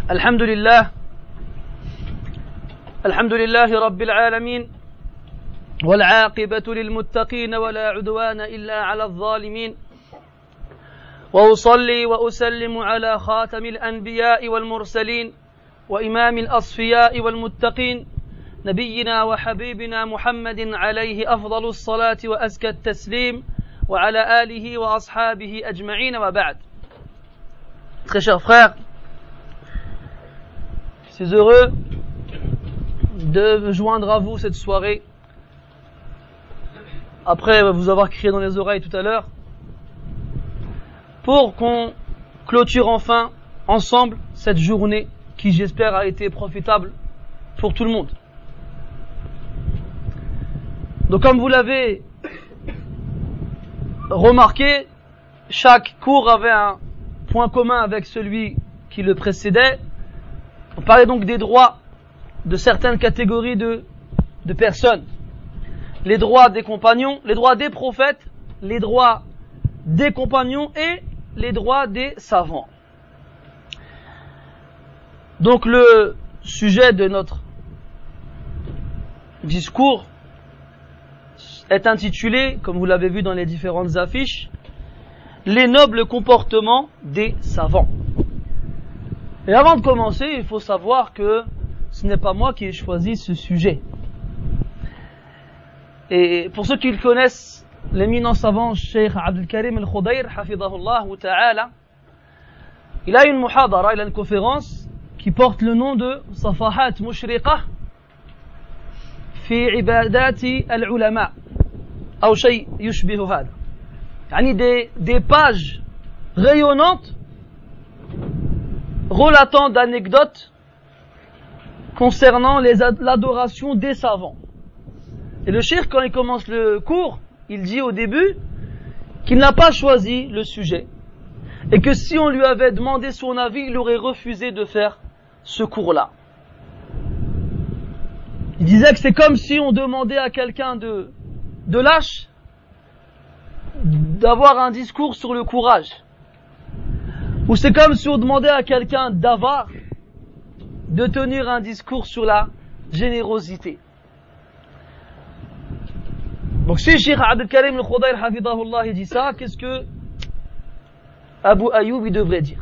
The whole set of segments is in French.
الحمد لله رب العالمين والعاقبة للمتقين ولا عدوان إلا على الظالمين وأصلي وأسلم على خاتم الأنبياء والمرسلين وإمام الأصفياء والمتقين نبينا وحبيبنا محمد عليه أفضل الصلاة وأزكى التسليم وعلى آله وأصحابه أجمعين وبعد. Très chers frères, je suis heureux de me joindre à vous cette soirée après vous avoir crié dans les oreilles tout à l'heure pour qu'on clôture enfin ensemble cette journée qui j'espère a été profitable pour tout le monde. Donc comme vous l'avez remarqué, chaque cours avait un point commun avec celui qui le précédait. On parlait donc des droits de certaines catégories de personnes. Les droits des compagnons, les droits des prophètes, les droits des compagnons et les droits des savants. Donc le sujet de notre discours est intitulé, comme vous l'avez vu dans les différentes affiches, les nobles comportements des savants. Et avant de commencer, il faut savoir que ce n'est pas moi qui ai choisi ce sujet. Et pour ceux qui le connaissent, l'éminent savant Cheikh Abdel Karim Al-Khudayr, hafidahullah ta'ala, il a une muhadara, il a une conférence qui porte le nom de Safahat Mushriqah fi ibadati al-ulama, ou shay yushbihu hada. Yani des pages rayonnantes relatant d'anecdotes concernant l'adoration des savants. Et le cheikh, quand il commence le cours, il dit au début qu'il n'a pas choisi le sujet et que si on lui avait demandé son avis, il aurait refusé de faire ce cours-là. Il disait que c'est comme si on demandait à quelqu'un de lâche d'avoir un discours sur le courage. Ou c'est comme si on demandait à quelqu'un d'avare de tenir un discours sur la générosité. Donc si Cheikh Abdel Karim Al-Khudayr hafidahullah il dit ça, qu'est-ce que Abu Ayoub il devrait dire?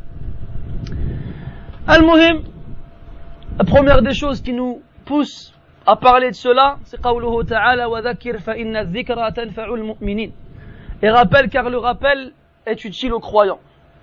Al-Muhim, la première des choses qui nous pousse à parler de cela, c'est qawluhu ta'ala wa dhakir fa inna dhikra tanfa'ul mu'minin. Et rappelle car le rappel est utile aux croyants.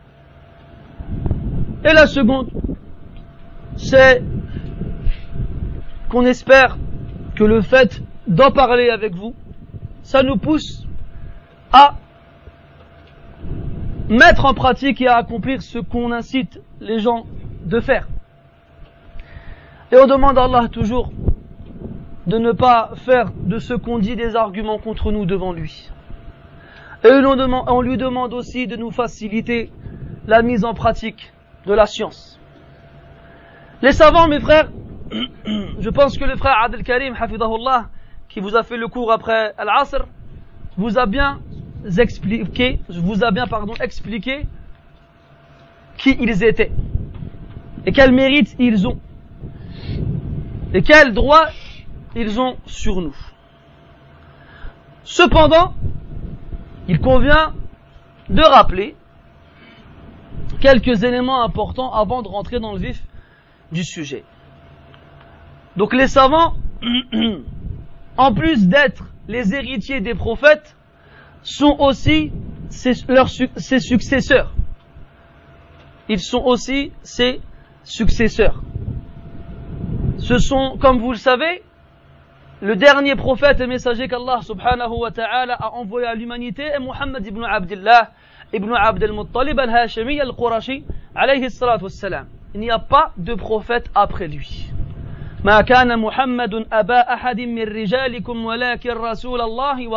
Et la seconde, c'est qu'on espère que le fait d'en parler avec vous, ça nous pousse à mettre en pratique et à accomplir ce qu'on incite les gens de faire. Et on demande à Allah toujours de ne pas faire de ce qu'on dit des arguments contre nous devant lui. Et on lui demande aussi de nous faciliter la mise en pratique de la science. Les savants, mes frères, je pense que le frère Abdel Karim, hafidahullah, qui vous a fait le cours après Al-Asr, vous a bien expliqué qui ils étaient et quels mérites ils ont et quels droits ils ont sur nous. Cependant, il convient de rappeler quelques éléments importants avant de rentrer dans le vif du sujet. Donc les savants, en plus d'être les héritiers des prophètes, sont aussi ses successeurs. Ils sont aussi ses successeurs. Ce sont, comme vous le savez, le dernier prophète et messager qu'Allah subhanahu wa ta'ala a envoyé à l'humanité est Muhammad ibn Abdullah ibn Abd al-Muttalib al-Hashimi al-Qurashi alayhi salatu wassalam. Il n'y a pas de prophète après lui. ما كان محمد أبا أحد من رجالكم ولكن رسول الله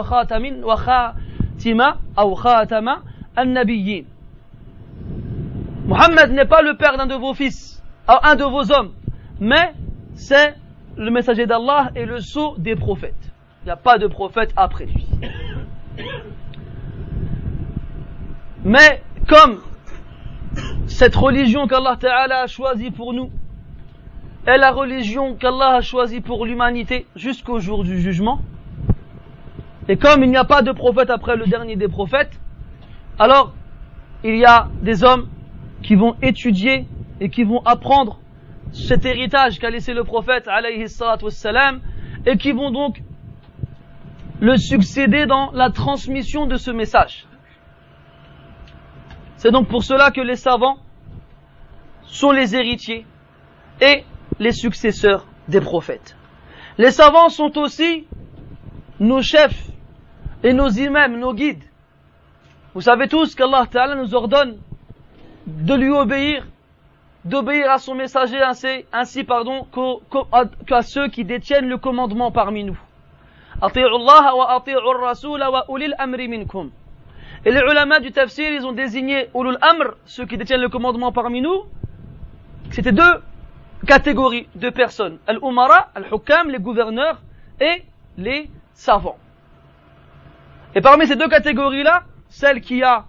وخاتم النبيين. Muhammad n'est pas le père d'un de vos fils, un de vos hommes, mais c'est le messager d'Allah et le sceau des prophètes. Il n'y a pas de prophète après lui. Mais comme cette religion qu'Allah Ta'ala a choisie pour nous est la religion qu'Allah a choisie pour l'humanité jusqu'au jour du jugement. Et comme il n'y a pas de prophète après le dernier des prophètes, alors il y a des hommes qui vont étudier et qui vont apprendre cet héritage qu'a laissé le prophète alayhi salatu wassalam, et qui vont donc le succéder dans la transmission de ce message. C'est donc pour cela que les savants sont les héritiers et les successeurs des prophètes. Les savants sont aussi nos chefs et nos imams, nos guides. Vous savez tous qu'Allah Ta'ala nous ordonne de lui obéir, d'obéir à son messager ainsi qu'à ceux qui détiennent le commandement parmi nous. Ati'u Allah wa ati'u ar-rasul wa ulil amri minkum. Et les ulama du tafsir, ils ont désigné ulul amr, ceux qui détiennent le commandement parmi nous. C'était deux catégories de personnes. Al-umara, al-hukam, les gouverneurs, et les savants. Et parmi ces deux catégories-là, celle qui a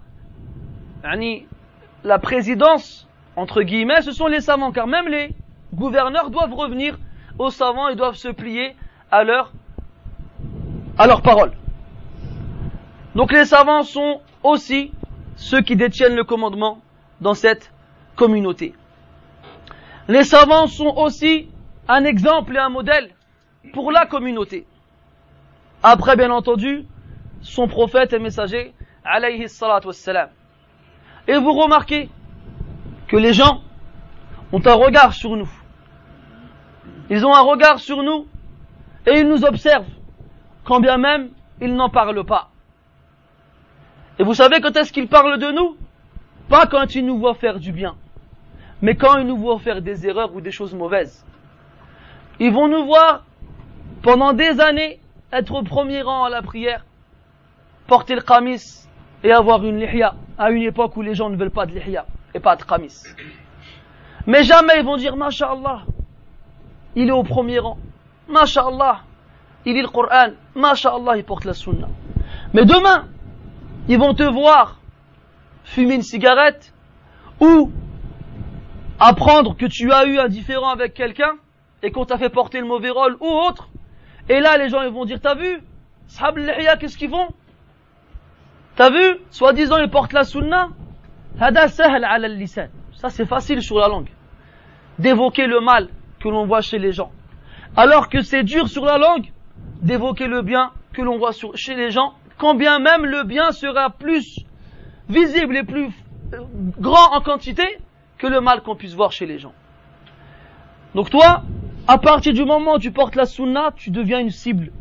la présidence, entre guillemets, ce sont les savants, car même les gouverneurs doivent revenir aux savants et doivent se plier à leurs paroles. Donc les savants sont aussi ceux qui détiennent le commandement dans cette communauté. Les savants sont aussi un exemple et un modèle pour la communauté. Après, bien entendu, son prophète et messager, alayhi salatu wassalam. Et vous remarquez que les gens ont un regard sur nous. Ils ont un regard sur nous et ils nous observent, quand bien même ils n'en parlent pas. Et vous savez quand est-ce qu'ils parlent de nous? Pas quand ils nous voient faire du bien, mais quand ils nous voient faire des erreurs ou des choses mauvaises. Ils vont nous voir pendant des années être au premier rang à la prière, porter le qamis et avoir une lihya, à une époque où les gens ne veulent pas de lihya et pas de qamis. Mais jamais ils vont dire Masha'Allah, il est au premier rang, Masha'Allah, il lit le Coran, Masha'Allah, il porte la sunna. Mais demain, ils vont te voir fumer une cigarette ou apprendre que tu as eu un différend avec quelqu'un et qu'on t'a fait porter le mauvais rôle ou autre. Et là, les gens ils vont dire, t'as vu, Ashab al-Lihya, qu'est-ce qu'ils font? T'as vu, soi-disant ils portent la sunna. Hada sahl ala al-lisan. Ça c'est facile sur la langue, d'évoquer le mal que l'on voit chez les gens. Alors que c'est dur sur la langue d'évoquer le bien que l'on voit chez les gens, quand bien même le bien sera plus visible et plus grand en quantité que le mal qu'on puisse voir chez les gens. Donc toi, à partir du moment où tu portes la sunna, tu deviens une cible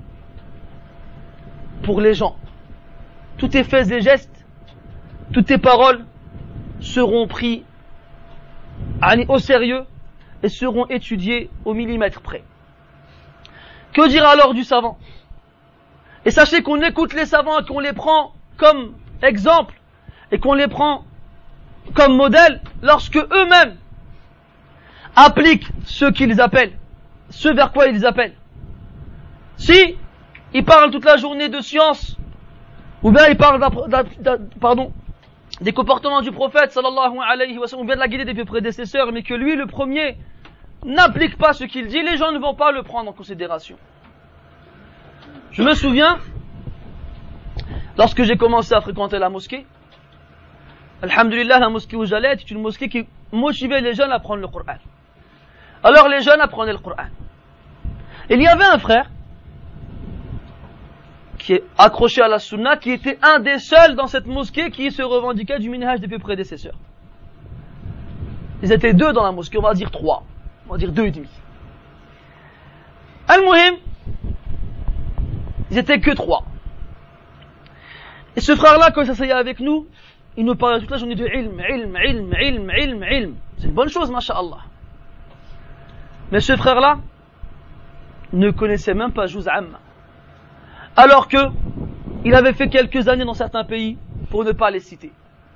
pour les gens. Tous tes faits et gestes, toutes tes paroles seront pris au sérieux et seront étudiés au millimètre près. Que dire alors du savant? Et sachez qu'on écoute les savants et qu'on les prend comme exemple et qu'on les prend comme modèle lorsque eux-mêmes appliquent ce qu'ils appellent, ce vers quoi ils appellent. Si ils parlent toute la journée de science, ou bien ils parlent des comportements du prophète sallallahu alayhi wa sallam, ou bien de la guidée des prédécesseurs, mais que lui, le premier, n'applique pas ce qu'il dit, les gens ne vont pas le prendre en considération. Je me souviens, lorsque j'ai commencé à fréquenter la mosquée, alhamdulillah, la mosquée où j'allais était une mosquée qui motivait les jeunes à apprendre le Coran. Alors les jeunes apprenaient le Coran. Il y avait un frère qui est accroché à la sunna, qui était un des seuls dans cette mosquée qui se revendiquait du minhaj des prédécesseurs. Ils étaient deux dans la mosquée, on va dire trois, on va dire deux et demi. Al-Muhim, ils étaient que trois. Et ce frère-là, quand il s'asseyait avec nous, il nous parlait toute la journée de ilm. C'est une bonne chose, masha'Allah. Mais ce frère-là ne connaissait même pas Juz Amma. Alors que il avait fait quelques années dans certains pays, pour ne pas les citer.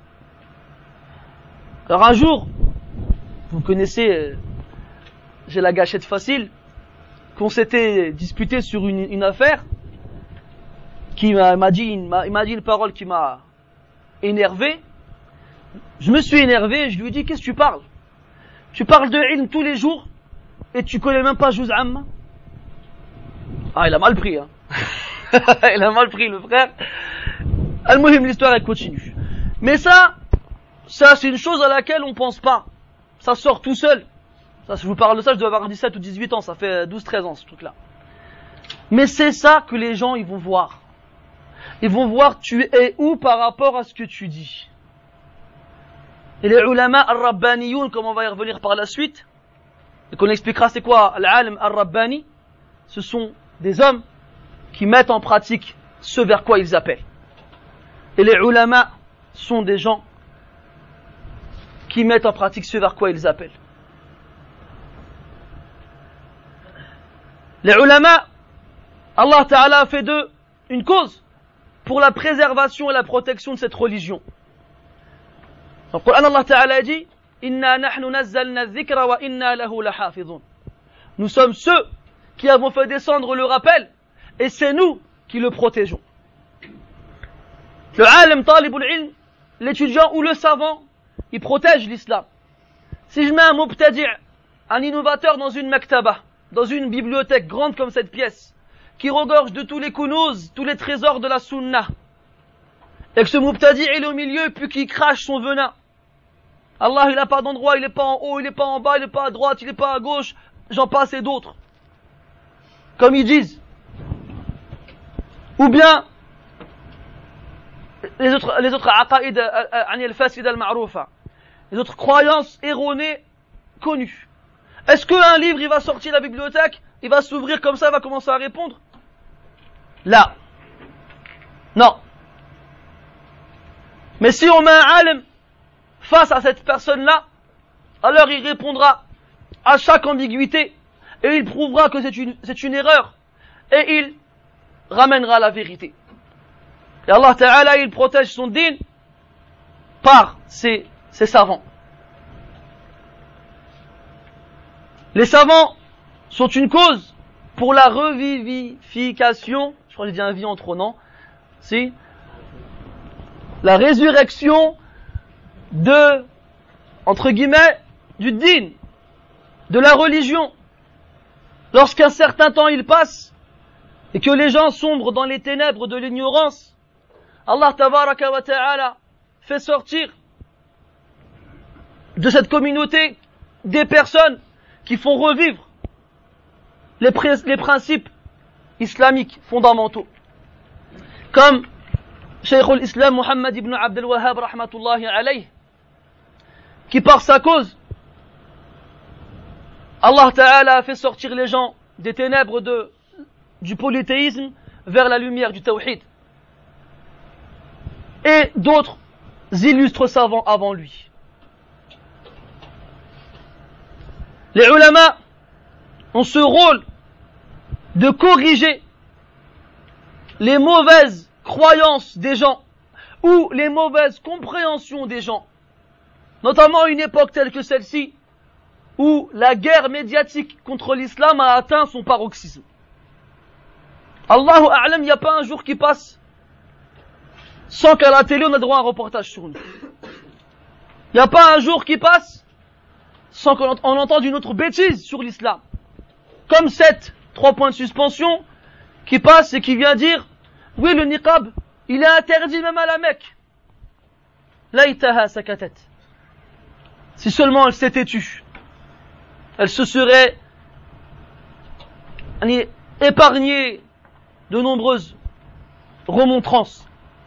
Alors un jour, vous connaissez, j'ai la gâchette facile, qu'on s'était disputé sur une affaire, il m'a dit une parole qui m'a énervé, Je me suis énervé, je lui ai dit, qu'est-ce que tu parles? Tu parles de ilm tous les jours, et tu connais même pas Juz Amma? Ah, il a mal pris, hein. Il a mal pris, le frère. Al-Muhim, l'histoire, elle continue. Mais ça, c'est une chose à laquelle on pense pas. Ça sort tout seul. Ça, si je vous parle de ça, je dois avoir 17 ou 18 ans, ça fait 12-13 ans, ce truc-là. Mais c'est ça que les gens, ils vont voir. Ils vont voir tu es où par rapport à ce que tu dis. Et les ulama al-rabbaniyoun, comme on va y revenir par la suite, et qu'on expliquera c'est quoi al-alim al-rabbani, ce sont des hommes qui mettent en pratique ce vers quoi ils appellent. Et les ulama sont des gens qui mettent en pratique ce vers quoi ils appellent. Les ulama, Allah Ta'ala a fait d'eux une cause pour la préservation et la protection de cette religion. Dans le Coran, Allah Ta'ala a dit Inna nahnu nazzalna dhikra wa inna lahu lahafidhun. Nous sommes ceux qui avons fait descendre le rappel et c'est nous qui le protégeons. Le alim, talibul ilm, l'étudiant ou le savant, il protège l'islam. Si je mets un mubtadi', un innovateur dans une maktaba, dans une bibliothèque grande comme cette pièce, qui regorge de tous les kunuz, tous les trésors de la sunna, et que ce mubtadi' est au milieu puis qu'il crache son venin, Allah il n'a pas d'endroit, il n'est pas en haut, il n'est pas en bas, il n'est pas à droite, il n'est pas à gauche, j'en passe et d'autres. Comme ils disent. Ou bien, les autres aqaïd al-fasid al-ma'roufa, les autres croyances erronées connues. Est-ce qu'un livre, il va sortir de la bibliothèque, il va s'ouvrir comme ça, il va commencer à répondre? Là. Non. Mais si on met un alim face à cette personne-là, alors il répondra à chaque ambiguïté et il prouvera que c'est une erreur et il ramènera la vérité. Et Allah Ta'ala, il protège son din par ses savants. Les savants sont une cause pour la revivification, je crois que j'ai dit un vie en trop, non? Si? La résurrection de, entre guillemets, du din, de la religion. Lorsqu'un certain temps il passe, et que les gens sombrent dans les ténèbres de l'ignorance, Allah Tabaraka wa Ta'ala fait sortir de cette communauté des personnes qui font revivre les principes islamiques fondamentaux. Comme Cheikh al-Islam Muhammad ibn Abdel Wahhab rahmatullahi alayh, qui par sa cause, Allah Ta'ala a fait sortir les gens des ténèbres du polythéisme vers la lumière du tawhid. Et d'autres illustres savants avant lui. Les ulama ont ce rôle de corriger les mauvaises croyances des gens ou les mauvaises compréhensions des gens, notamment à une époque telle que celle-ci où la guerre médiatique contre l'islam a atteint son paroxysme. Allahu a'lam, il n'y a pas un jour qui passe sans qu'à la télé on ait droit à un reportage sur nous. Il n'y a pas un jour qui passe sans qu'on entende une autre bêtise sur l'islam. Comme cette 3 points de suspension qui passe et qui vient dire oui, le niqab, il est interdit même à la Mecque. Laïtaha sakatat. Si seulement elle s'était tue, elle se serait épargnée de nombreuses remontrances.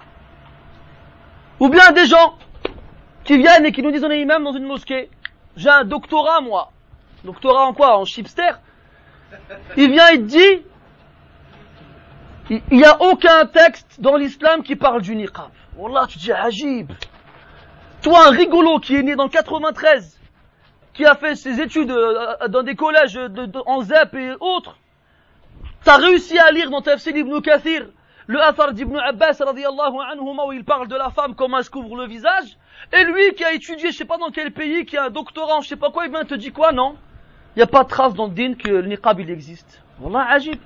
Ou bien des gens qui viennent et qui nous disent on est imam dans une mosquée. J'ai un doctorat, moi. Doctorat en quoi? En chipster. Il vient, il te dit, il n'y a aucun texte dans l'islam qui parle du niqab. Wallah, tu dis, ajib. Toi, un rigolo qui est né dans 93, qui a fait ses études dans des collèges en ZEP et autres, t'as réussi à lire dans Tafsir Ibn Kathir le Athar d'Ibn Abbas radiyallahu anhuma où il parle de la femme, comment elle se couvre le visage, et lui qui a étudié je sais pas dans quel pays, qui a un doctorat en je sais pas quoi, il vient te dit quoi? Non, il n'y a pas de trace dans le din que le niqab il existe. Wallah, ajib.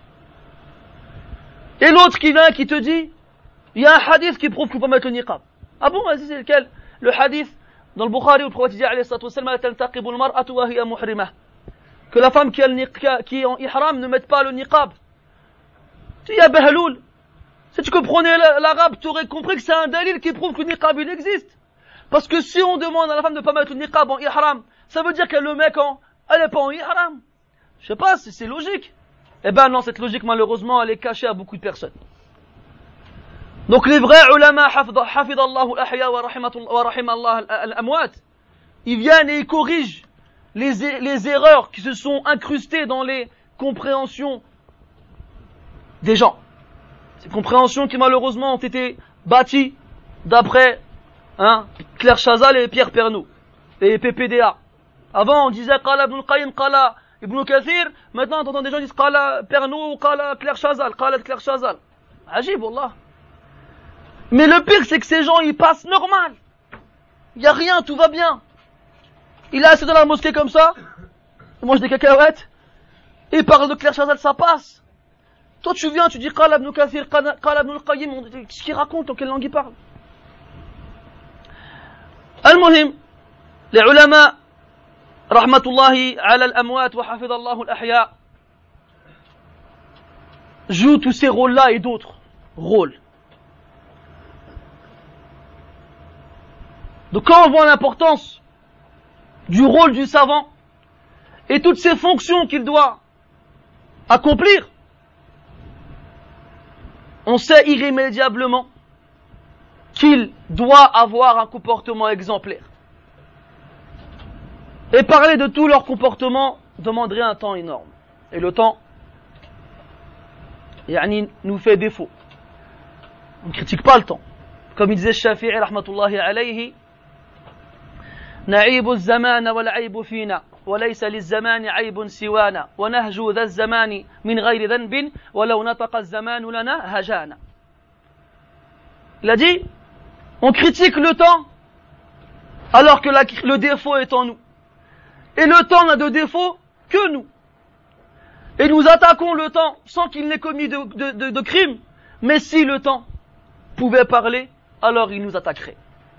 Et l'autre qui vient qui te dit il y a un hadith qui prouve qu'il faut mettre le niqab. Ah bon, vas-y, c'est lequel? Le hadith dans le Bukhari, où le prophète dit alayhi salatu wassalam, la taltaqibu al-mar'atu wa hiya muhrimah, que la femme qui est en ihram ne mette pas le niqab. Tu dis, ya Bahaloul, si tu comprenais l'arabe, tu aurais compris que c'est un dalil qui prouve que le niqab il existe. Parce que si on demande à la femme de ne pas mettre le niqab en ihram, ça veut dire qu'elle le met quand elle n'est pas en ihram. Je sais pas, c'est logique. Eh ben non, cette logique malheureusement elle est cachée à beaucoup de personnes. Donc les vrais ulama, hafidallahu al-ahya wa rahimallahu al-amwat, ils viennent et ils corrigent les erreurs qui se sont incrustées dans les compréhensions des gens. Ces compréhensions qui malheureusement ont été bâties d'après Claire Chazal et Pierre Pernaut et PPDA. Avant on disait Qala Ibn al-Qayyim, Qala Ibn Kathir, maintenant on entend des gens qui disent Qala Pernaut ou Qala Claire Chazal, Qala Claire Chazal. Ajib, wallah. Mais le pire c'est que ces gens ils passent normal. Il n'y a rien, tout va bien. Il est assis dans la mosquée comme ça, il mange des cacahuètes, et il parle de Claire Chazal, ça passe. Toi tu viens, tu dis Qala Ibn Kathir, Qala Ibn al-Qayyim, qu'est-ce qu'il raconte, en quelle langue il parle? Al-Muhim, les ulama, rahmatullahi ala al-amwat wa hafidallahu al-ahya, jouent tous ces rôles-là et d'autres rôles. Donc quand on voit l'importance du rôle du savant et toutes ces fonctions qu'il doit accomplir, on sait irrémédiablement qu'il doit avoir un comportement exemplaire. Et parler de tout leur comportement demanderait un temps énorme. Et le temps, nous fait défaut. On ne critique pas le temps. Comme il disait Shafi'i, rahmatullahi alayhi, نعيب الزمان والعيب فينا وليس للزمان عيب سوانا ونهجو ذا الزمان من غير ذنب ولو نطق الزمان لنا هجانا. Il a dit, on critique le temps alors que le défaut est en nous. Et le temps n'a de défaut que nous. Et nous attaquons le temps sans qu'il n'ait commis de crime. Mais si le temps pouvait parler, alors il nous attaquerait.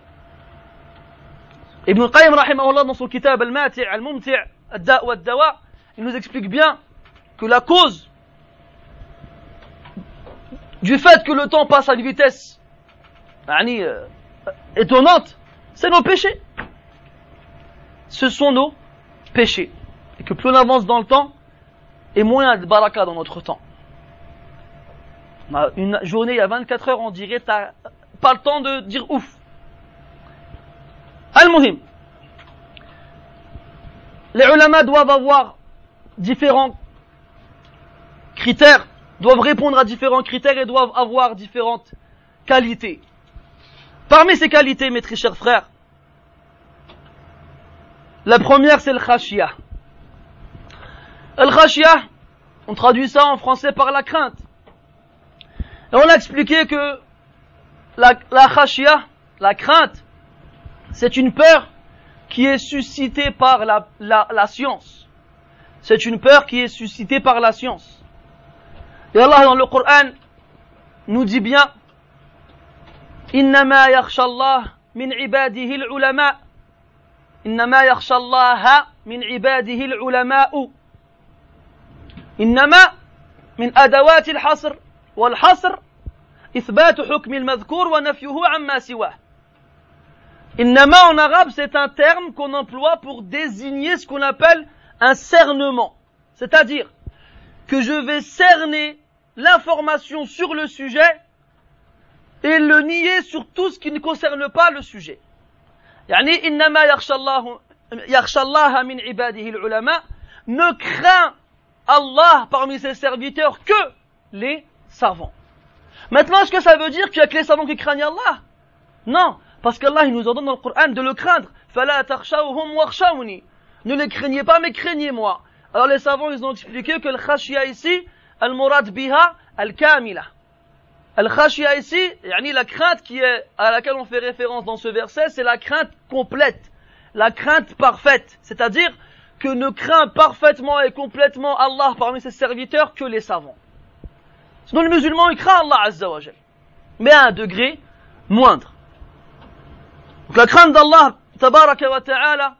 Ibn al-Qayyim rahimahullah dans son kitab al-Mati' al-Mumti' ad-Da' wa ad-Dawa, il nous explique bien que la cause du fait que le temps passe à une vitesse étonnante, c'est nos péchés. Ce sont nos péchés. Et que plus on avance dans le temps, et moins il y a de baraka dans notre temps. Une journée, il y a 24 heures, on dirait t'as pas le temps de dire ouf. Al-Muhim, les ulama doivent avoir différents critères, doivent répondre à différents critères et doivent avoir différentes qualités. Parmi ces qualités, mes très chers frères, la première c'est le khashiyah. Le khashiyah, on traduit ça en français par la crainte. Et on a expliqué que la khashiyah, la crainte, c'est une peur qui est suscitée par la science. C'est une peur qui est suscitée par la science. Et Allah dans le Coran nous dit bien Innama yakhsha Allah min ibadihi al-ulama. Innama yakhsha Allah min ibadihi al-ulama'u. Innama min adawati al-hasr wal-hasr ithbatu hukmi al-madhkur wa nafyuhu amma siwah. Innama en arabe, c'est un terme qu'on emploie pour désigner ce qu'on appelle un cernement. C'est-à-dire que je vais cerner l'information sur le sujet et le nier sur tout ce qui ne concerne pas le sujet. Yani, innama yakhsha Allah min ibadihi al-ulama, ne craint Allah parmi ses serviteurs que les savants. Maintenant, est-ce que ça veut dire qu'il y a que les savants qui craignent Allah? Non. Parce qu'Allah il nous ordonne dans le Coran de le craindre. فَلَا تَخْشَوْهُمْ وَخْشَوْنِي. Ne les craignez pas, mais craignez-moi. Alors les savants ils ont expliqué que le khashya ici, al-murad biha al-kamila. Al-khashya ici, la crainte à laquelle on fait référence dans ce verset, c'est la crainte complète, la crainte parfaite. C'est-à-dire que ne craint parfaitement et complètement Allah parmi ses serviteurs que les savants. Sinon le musulman il craint Allah Azza wa Jal, mais à un degré moindre. Donc la crainte d'Allah tabaraka wa ta'ala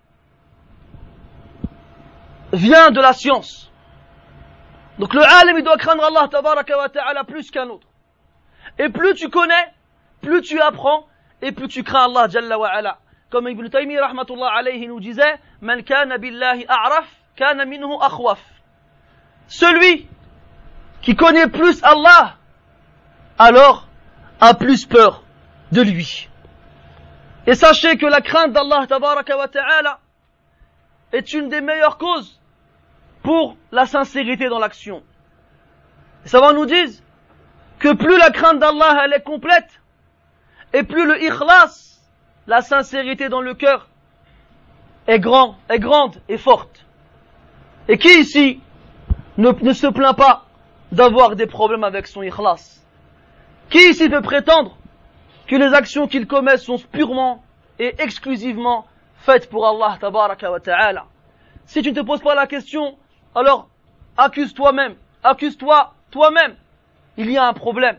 vient de la science. Donc le alim, il doit craindre Allah tabaraka wa ta'ala plus qu'un autre. Et plus tu connais, plus tu apprends, et plus tu crains Allah jalla wa ala. Comme Ibn Taymiyyah rahmatullah alayhi nous disait, Man kana billahi a'raf, kana minhu akhwaf. Celui qui connaît plus Allah, alors a plus peur de lui. Et sachez que la crainte d'Allah tabaraka wa ta'ala est une des meilleures causes pour la sincérité dans l'action. Les savants nous disent que plus la crainte d'Allah elle est complète, et plus le ikhlas, la sincérité dans le cœur, est grande et forte. Et qui ici ne se plaint pas d'avoir des problèmes avec son ikhlas? Qui ici peut prétendre que les actions qu'il commet sont purement et exclusivement faites pour Allah tabaraka wa ta'ala? Si tu ne te poses pas la question, alors accuse-toi toi-même. Il y a un problème.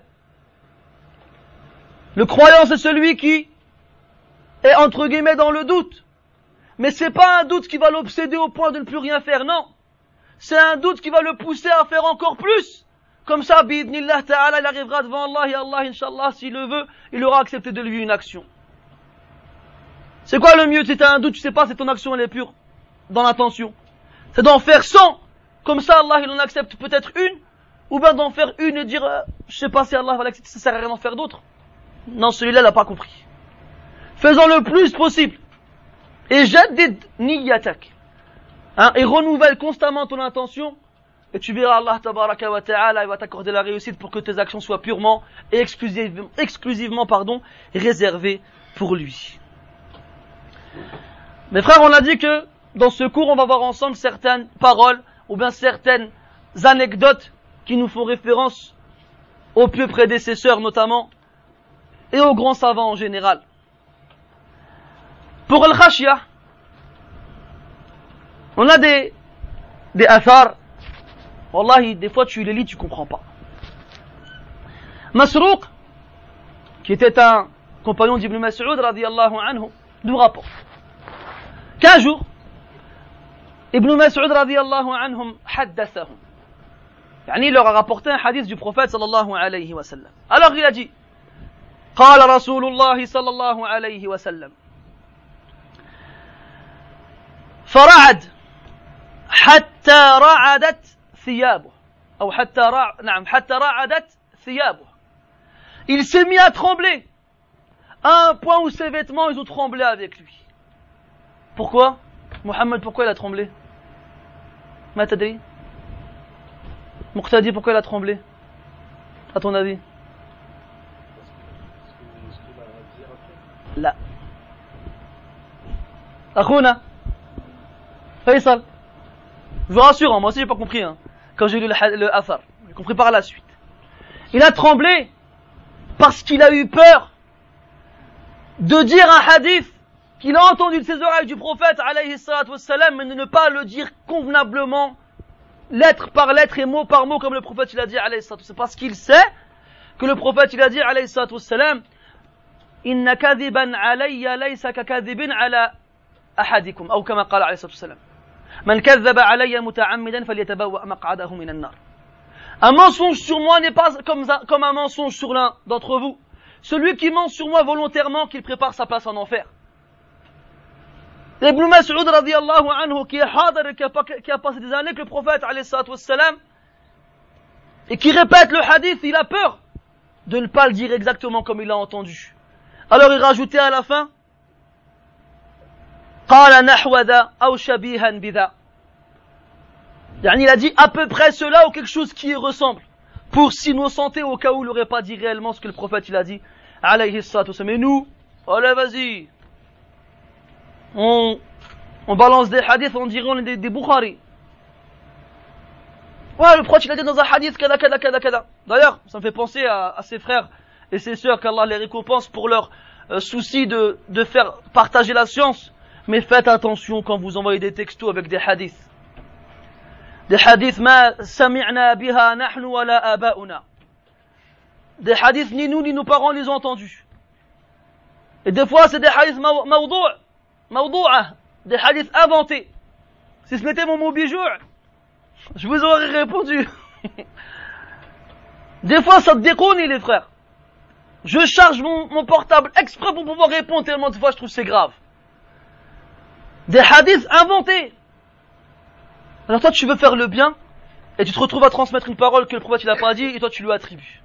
Le croyant, c'est celui qui est entre guillemets dans le doute. Mais c'est pas un doute qui va l'obséder au point de ne plus rien faire, non. C'est un doute qui va le pousser à faire encore plus. Comme ça, bi'idnillah ta'ala, il arrivera devant Allah et Allah, inshallah, s'il le veut, il aura accepté de lui une action. C'est quoi le mieux? Si t'as un doute, tu sais pas si ton action elle est pure dans l'intention. C'est d'en faire 100. Comme ça, Allah, il en accepte peut-être une. Ou bien d'en faire une et dire, je sais pas si Allah va l'accepter, ça sert à rien d'en faire d'autres. Non, celui-là, il n'a pas compris. Faisons le plus possible. Et jaddid niyatak. Et renouvelle constamment ton intention. Et tu verras Allah tabaraka wa ta'ala, il va t'accorder la réussite pour que tes actions soient purement et exclusivement, réservées pour lui. Mes frères, on a dit que dans ce cours, on va voir ensemble certaines paroles ou bien certaines anecdotes qui nous font référence aux pieux prédécesseurs notamment et aux grands savants en général. Pour Al-Khashya, on a des athars. Wallahi, des fois tu les lis, tu comprends pas. Masrouq, qui était un compagnon d'Ibn Mas'ud radiyallahu anhu, nous rapporte qu'un jour, Ibn Mas'ud radiyallahu anhum haddathahum. Il leur a rapporté un hadith du prophète sallallahu alayhi wa sallam. Alors il a dit, قال رسول الله صلى الله عليه وسلم فرعد حتى رعدت ثيابه أو حتى رعدت ثيابه. Il s'est mis à trembler à un point où ses vêtements ils ont tremblé avec lui. Pourquoi? Mohammed, pourquoi il a tremblé? Ma tadri? Muqtadi, pourquoi il a tremblé? À ton avis? لا. أخونا Faisal, je vous rassure, moi aussi j'ai pas compris quand j'ai lu le athar, j'ai compris par la suite. Il a tremblé parce qu'il a eu peur de dire un hadith qu'il a entendu de ses oreilles du prophète alayhi salatu wassalam, mais de ne pas le dire convenablement, lettre par lettre et mot par mot comme le prophète il a dit alayhi salatu wassalam, parce qu'il sait que le prophète il a dit alayhi salatu wassalam, إن كذبا علي ليس ككذب على أحدكم أو كما قال عليه الصلاة والسلام من كذب علي متعمدا فليتبوأ مقعده من النار. Un mensonge sur moi n'est pas comme un mensonge sur l'un d'entre vous. Celui qui ment sur moi volontairement, qu'il prépare sa place en enfer. Ibn Mas'ud radiyallahu anhu, qui est hadar, qui a passé des années avec le prophète alayhi salatu wassalam, et qui répète le hadith, il a peur de ne pas le dire exactement comme il l'a entendu. Alors il rajoutait à la fin, قال نحو ذا أو شبيها بذا. Il a dit à peu près cela ou quelque chose qui y ressemble, pour s'innocenter au cas où il n'aurait pas dit réellement ce que le prophète il a dit alayhi salatu wassalam. Mais nous, allez vas-y, on balance des hadiths, on dirait on est des Bukhari. Ouais, le prophète il a dit dans un hadith kada. D'ailleurs, ça me fait penser à ses frères et ses sœurs, qu'Allah les récompense pour leur souci de faire partager la science. Mais faites attention quand vous envoyez des textos avec des hadiths. Des hadiths ma sami'na biha nahnu wa la aba'una. Des hadiths ni nous ni nos parents les ont entendus. Et des fois c'est des hadiths mawdou', mawdou'a, des hadiths inventés. Si ce n'était mon mot bijou, je vous aurais répondu. Des fois, ça te déconne, les frères. Je charge mon portable exprès pour pouvoir répondre tellement de fois je trouve c'est grave. Des hadiths inventés. Alors toi, tu veux faire le bien, et tu te retrouves à transmettre une parole que le prophète il a pas dit, et toi tu lui attribues.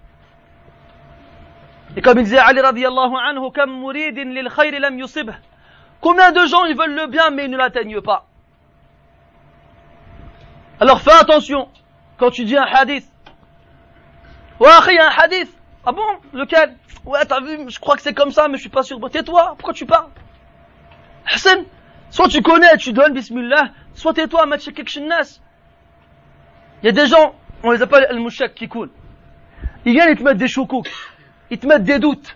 Et comme il disait Ali radiyallahu anhu, kam muridin lil khayri lam yusibh. Combien de gens ils veulent le bien mais ils ne l'atteignent pas. Alors fais attention quand tu dis un hadith. Ouais, il y a un hadith. Ah bon, lequel? Ouais, t'as vu, je crois que c'est comme ça, mais je suis pas sûr. Bon, tais-toi, pourquoi tu parles? Hassan, soit tu connais, tu donnes bismillah, soit tais-toi, match nas. Il y a des gens, on les appelle al-mushak qui coulent. Ils viennent, ils te mettent des choukouks. Ils te mettent des doutes.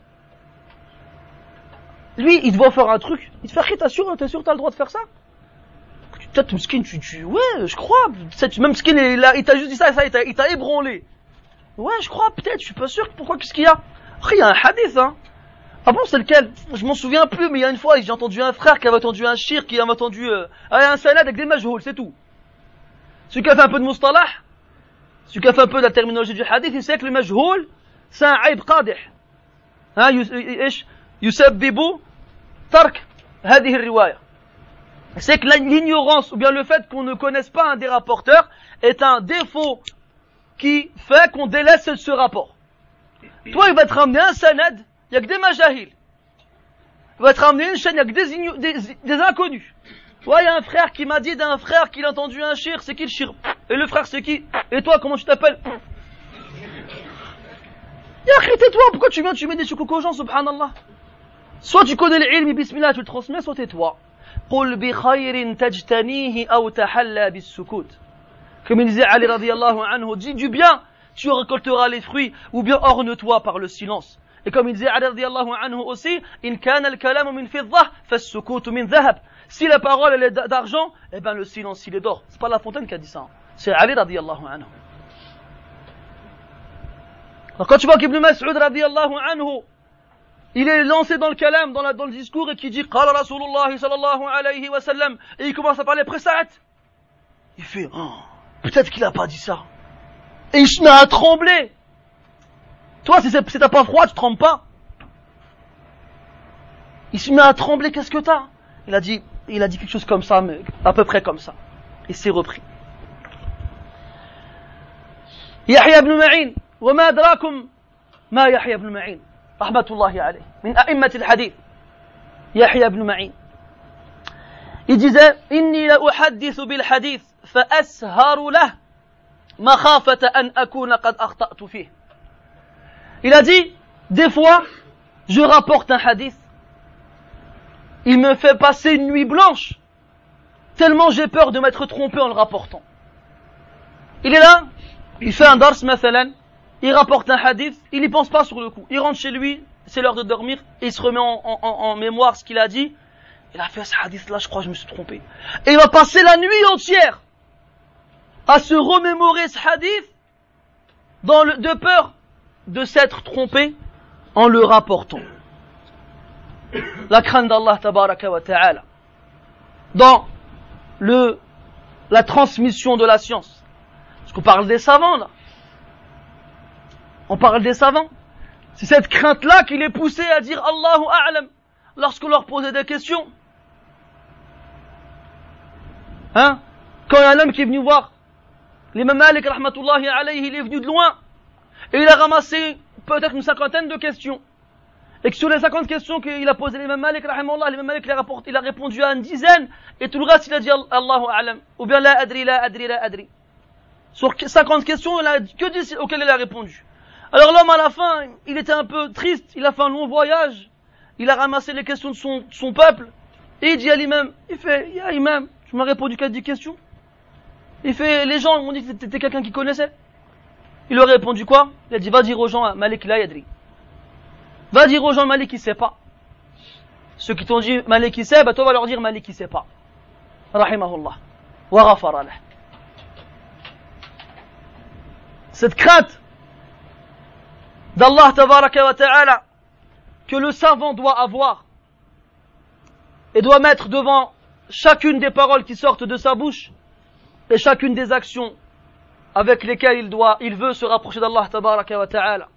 Lui, il te va faire un truc. Il te fait, t'es sûr, t'as le droit de faire ça? Peut-être, Mskin, ouais, je crois. Même Mskin, il t'a juste dit ça, il t'a ébranlé. Ouais, je crois, peut-être, je suis pas sûr. Pourquoi, qu'est-ce qu'il y a? Après, il y a un hadith, hein. Ah bon, c'est lequel? Je m'en souviens plus, mais il y a une fois, j'ai entendu un frère qui avait entendu un shir, qui avait entendu, un salade avec des majhoul, c'est tout. Celui qui a fait un peu de mustalah, celui qui a fait un peu de la terminologie du hadith, il sait que le majhoul, c'est un aib qadih. Hein, yusabbibu tark hadhihi riwaya. C'est que l'ignorance, ou bien le fait qu'on ne connaisse pas un des rapporteurs, est un défaut qui fait qu'on délaisse ce rapport. Toi, il va te ramener un sanad, il n'y a que des majahil. Il va te ramener une chaîne, il n'y a que des inconnus. Ouais, il y a un frère qui m'a dit d'un frère qu'il a entendu un shir, c'est qui le shir? Et le frère c'est qui? Et toi, comment tu t'appelles? Y'a tais-toi, pourquoi tu viens, tu mets des choukouks aux gens, subhanallah? Soit tu connais l'ilm, bismillah, tu le transmets, soit tais-toi. قُلْ بِخَيْرٍ تَجْتَنِيهِ أَوْ تَحَلَّى بِالسُّكُوتِ. Comme il disait Ali radiyallahu anhu, dis du bien, tu récolteras les fruits, ou bien orne-toi par le silence. Et comme il disait Ali radiyallahu anhu aussi, إِنْ كَانَ الْكَلَامُ مِنْ فِضَّةٍ فَالسُّكُوتُ مِنْ ذَهَبٍ. Si la parole elle est d'argent, eh ben le silence il est d'or. C'est pas La Fontaine qui a dit ça, c'est Ali radiyallahu anhu. Alors quand tu vois qu'Ibn Mas'ud radiyallahu anhu, il est lancé dans le kalam, dans le discours, et qui dit Qala Rasulullah sallallahu alayhi wa sallam, et il commence à parler, après s'arrête. Il fait peut-être qu'il a pas dit ça. Et il se met à trembler. Toi, si t'as pas froid, tu trembles pas. Il se met à trembler, qu'est-ce que t'as? Il a dit quelque chose comme ça, mais à peu près comme ça. Il s'est repris. Yahya ibn Ma'in, wa ma adrakum ma Yahya ibn Ma'in. Rahmatullahi alayh, min a'immat al-hadith. Yahya ibn Ma'in. Il disait, inni la uhaddithu bil hadith, fa asharu lah, makhafata an akuna qad akhta'tu fih. Il a dit, des fois, je rapporte un hadith, il me fait passer une nuit blanche, tellement j'ai peur de m'être trompé en le rapportant. Il est là, il fait un dars, mathalan, il rapporte un hadith, il n'y pense pas sur le coup. Il rentre chez lui, c'est l'heure de dormir, et il se remet en mémoire ce qu'il a dit. Il a fait ce hadith-là, je crois que je me suis trompé. Et il va passer la nuit entière à se remémorer ce hadith de peur de s'être trompé en le rapportant. La crainte d'Allah tabaraka wa ta'ala. Dans la transmission de la science. Parce qu'on parle des savants là. On parle des savants. C'est cette crainte-là qui les poussait à dire Allahu a'lam lorsqu'on leur posait des questions. Hein? Quand il y a un homme qui est venu voir l'imam Malik rahmatullahi alayhi, il est venu de loin et il a ramassé peut-être une 50aine de questions. Et que sur les 50 questions qu'il a posées l'imam Malik rahimahullah, l'imam Malik il a répondu à une dizaine et tout le reste il a dit Allahu a'lam ou bien la adri, la adri, la adri. Sur 50 questions, il a que 10 auxquelles il a répondu. Alors l'homme à la fin, il était un peu triste, il a fait un long voyage, il a ramassé les questions de son peuple, et il dit à l'imam, il fait, ya imam, tu m'as répondu qu'à 10 questions. Il fait, les gens m'ont dit que t'étais quelqu'un qui connaissait. Il leur a répondu quoi? Il a dit, va dire aux gens, Malik la yadri. Va dire aux gens, Malik il sait pas. Ceux qui t'ont dit, Malik il sait, bah toi va leur dire, Malik il sait pas. Rahimahullah. Wa ghafara lah. Cette crainte d'Allah tabaraka wa ta'ala que le savant doit avoir et doit mettre devant chacune des paroles qui sortent de sa bouche et chacune des actions avec lesquelles il veut se rapprocher d'Allah tabaraka wa ta'ala.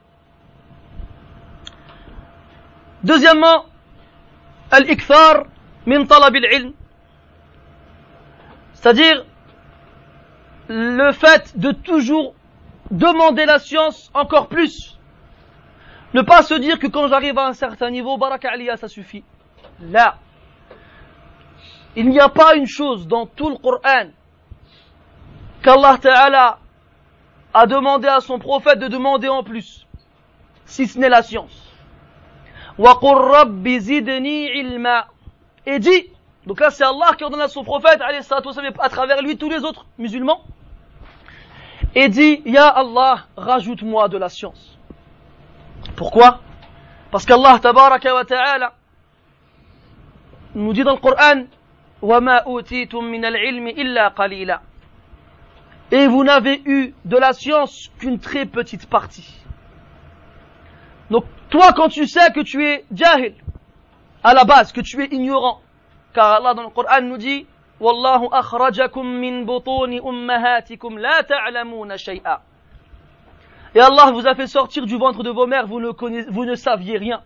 Deuxièmement, al-ikthar min talab al-ilm, c'est-à-dire le fait de toujours demander la science encore plus. Ne pas se dire que quand j'arrive à un certain niveau, baraka aliya, ça suffit. Là, il n'y a pas une chose dans tout le Coran qu'Allah Ta'ala a demandé à son prophète de demander en plus, si ce n'est la science. وَقُلْ رَبِّ زِدْنِي عِلْمًا. Et dit, donc là c'est Allah qui ordonne à son prophète, à travers lui tous les autres musulmans, et dit, Ya Allah, rajoute-moi de la science. Pourquoi? Parce qu'Allah tabaraka wa ta'ala nous dit dans le Coran, وَمَا أُوتِيتُم مِّنَ الْعِلْمِ إِلَّا قَلِيلًا. Et vous n'avez eu de la science qu'une très petite partie. Donc toi quand tu sais que tu es jahil, à la base, que tu es ignorant, car Allah dans le Coran nous dit وَاللَّهُ أَخْرَجَكُم مِّن بُطُونِ أُمَّهَاتِكُمْ لَا تَعْلَمُونَ شَيْئًا. Et Allah vous a fait sortir du ventre de vos mères, vous ne saviez rien.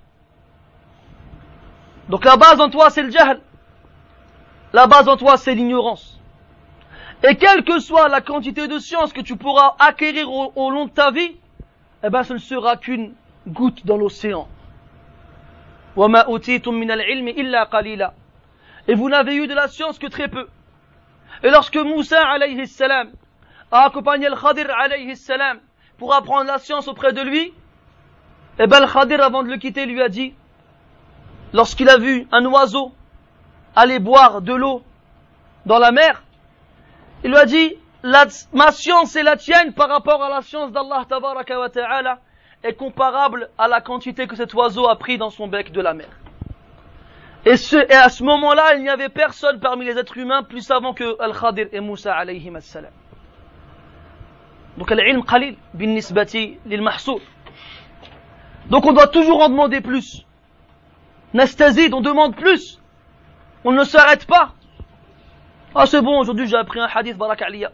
Donc la base en toi c'est le jahl, la base en toi c'est l'ignorance. Et quelle que soit la quantité de science que tu pourras acquérir au long de ta vie, eh ben ce ne sera qu'une goutte dans l'océan. وَمَا أُوتِيتُم مِّنَ الْعِلْمِ إِلَّا قَلِيلًا. Et vous n'avez eu de la science que très peu. Et lorsque Moussa alayhi salam a accompagné le Khadir alayhi salam pour apprendre la science auprès de lui, eh ben le Khadir avant de le quitter lui a dit, lorsqu'il a vu un oiseau aller boire de l'eau dans la mer, il lui a dit, ma science et la tienne par rapport à la science d'Allah tabaraka wa ta'ala est comparable à la quantité que cet oiseau a pris dans son bec de la mer. Et à ce moment-là, il n'y avait personne parmi les êtres humains plus savant que Al-Khadir et Moussa alayhim as-salam. Donc al-ilm qalil bin nisbati lil mahsour. Donc on doit toujours en demander plus. Nastazid, on demande plus. On ne s'arrête pas. Ah c'est bon, aujourd'hui j'ai appris un hadith, baraka aliya.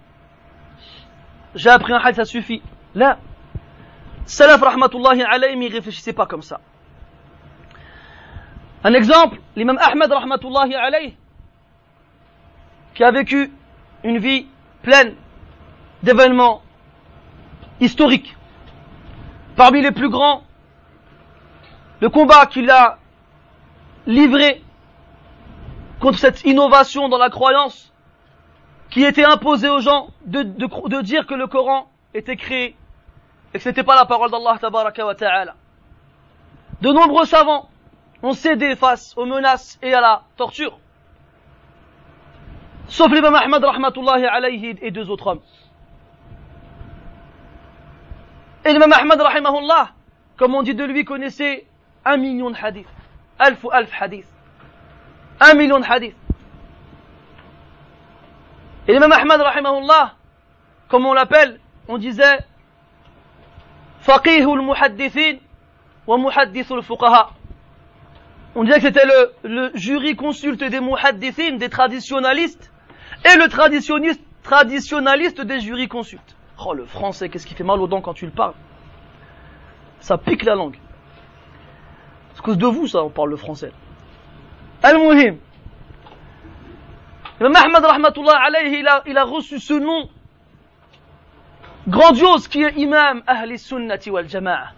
J'ai appris un hadith, ça suffit. Là, Salaf rahmatullahi alayhim, ils réfléchissaient pas comme ça. Un exemple, l'imam Ahmed rahmatullahi alayhi, qui a vécu une vie pleine d'événements historiques. Parmi les plus grands, le combat qu'il a livré contre cette innovation dans la croyance qui était imposée aux gens de dire que le Coran était créé et que ce n'était pas la parole d'Allah tabaraka wa ta'ala. De nombreux savants ont cédé face aux menaces et à la torture, sauf l'imam Ahmad rahmatullahi alayhi et deux autres hommes. Et l'imam Ahmad rahimahullah, comme on dit de lui, connaissait 1 million de hadiths, alf hadith, 1 million de hadiths. Et l'imam Ahmad rahimahullah, comme on l'appelle, on disait faqihul muhaddithin wa muhaddithul fuqaha. On disait que c'était le jury consulte des muhaddithin, des traditionalistes, et le traditionnaliste des jurys consultes. Oh, le français, qu'est-ce qui fait mal aux dents quand tu le parles? Ça pique la langue. C'est à cause de vous, ça, on parle le français. Al-Muhim. L'imam Ahmad rahmatullah alayhi, il a reçu ce nom grandiose qui est imam ahli sunnati wal jama'a.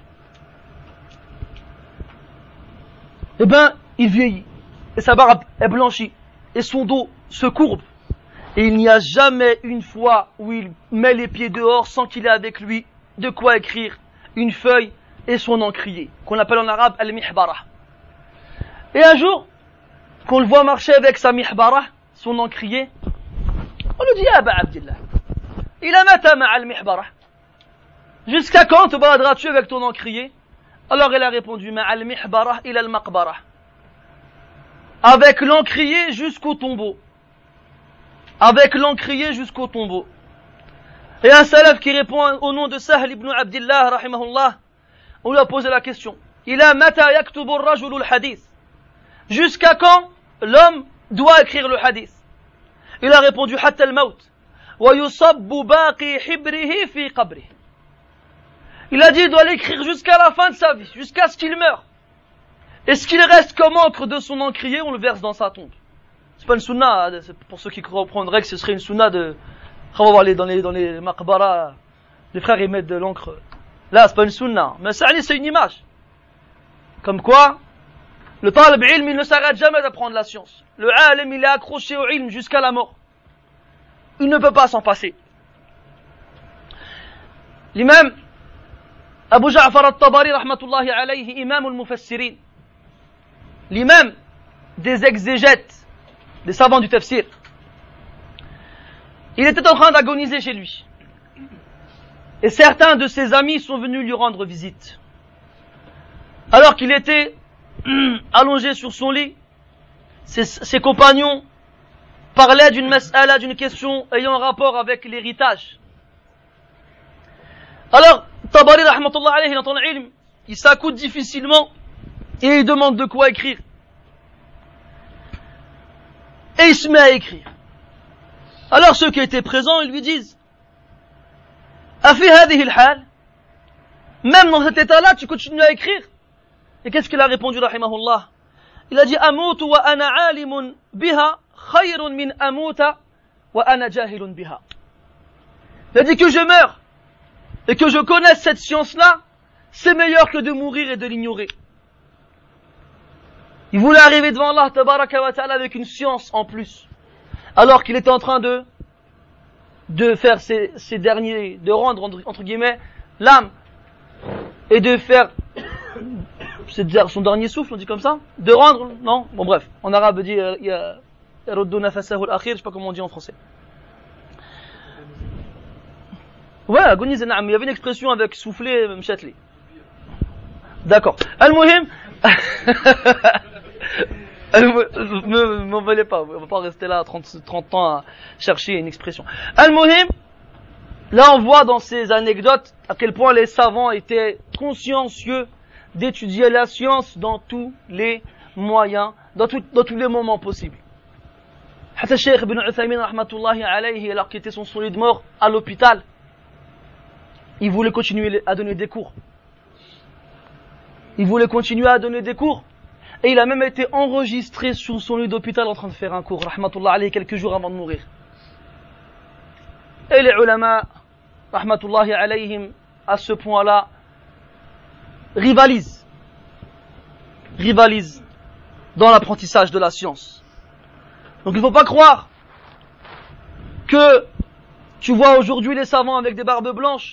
Eh ben, il vieillit, et sa barbe est blanchie, et son dos se courbe, et il n'y a jamais une fois où il met les pieds dehors sans qu'il ait avec lui de quoi écrire, une feuille et son encrier, qu'on appelle en arabe al-mihbara. Et un jour, qu'on le voit marcher avec sa mihbara, son encrier, on lui dit, ah bah Abdillah, il a mata ma al-mihbara. Jusqu'à quand te baladeras-tu avec ton encrier? Alors il a répondu, ma al-mihbara ila al-maqbara. Avec l'encrier jusqu'au tombeau. Avec l'encrier jusqu'au tombeau. Et un salaf qui répond au nom de Sahl ibn Abdillah, rahimahullah, on lui a posé la question. Ila mata yaktubu ar-rajulu al-hadith. jusqu'à quand l'homme doit écrire le hadith? Il a répondu hatta al-maut wa yusabbu baqi hibrihi fi qabrihi. Il a dit il doit l'écrire jusqu'à la fin de sa vie, jusqu'à ce qu'il meure. Et ce qu'il reste comme encre de son encrier, on le verse dans sa tombe. C'est pas une sunna, c'est pour ceux qui comprendraient que ce serait une sunna de... On va voir dans les maqbara, les frères ils mettent de l'encre. Là, c'est pas une sunna, mais ça c'est une image. Comme quoi, le talib ilm, il ne s'arrête jamais d'apprendre la science. Le alim, il est accroché au ilm jusqu'à la mort. Il ne peut pas s'en passer. L'imam Abu Ja'far al-Tabari, rahmatullahi alayhi, imam al-mufassirin, l'imam des exégètes, des savants du tafsir, il était en train d'agoniser chez lui. Et certains de ses amis sont venus lui rendre visite. Alors qu'il était allongé sur son lit, ses compagnons parlaient d'une mas'ala, d'une question ayant rapport avec l'héritage. Alors, Tabari, rahmatullah alayhi, dans ton ilm, il s'accoute difficilement et il demande de quoi écrire. Et il se met à écrire. Alors ceux qui étaient présents, ils lui disent Afi hadhihi al-hal, même dans cet état-là, tu continues à écrire. Et qu'est-ce qu'il a répondu, rahimahullah? Il a dit Amutu wa ana alimun biha khayrun min amuta wa ana jahilun biha. Il a dit que je meurs et que je connaisse cette science-là, c'est meilleur que de mourir et de l'ignorer. Il voulait arriver devant Allah tabaraka wa ta'ala avec une science en plus, alors qu'il était en train de faire ces derniers, de rendre entre guillemets l'âme et de faire son dernier souffle, on dit comme ça, de rendre, non, bon bref, en arabe dit yaruddu nafasahu al-akhir, je sais pas comment on dit en français. Ouais, agoniser, mais il y avait une expression avec souffler, mchatli. D'accord. Al-Muhim, ne m'en voulez pas, on va pas rester là 30 ans à chercher une expression. Al-Muhim, là on voit dans ces anecdotes à quel point les savants étaient consciencieux d'étudier la science dans tous les moyens, dans tous les moments possibles. Hatta Cheikh Ibn Uthaymin rahmatullahi alayhi, alors qu'il était son solide mort à l'hôpital, il voulait continuer à donner des cours. Il voulait continuer à donner des cours. Et il a même été enregistré sur son lit d'hôpital en train de faire un cours, rahmatullah alayhi, quelques jours avant de mourir. Et les ulama, rahmatullahi alayhim, à ce point-là, rivalisent dans l'apprentissage de la science. Donc il ne faut pas croire que tu vois aujourd'hui les savants avec des barbes blanches,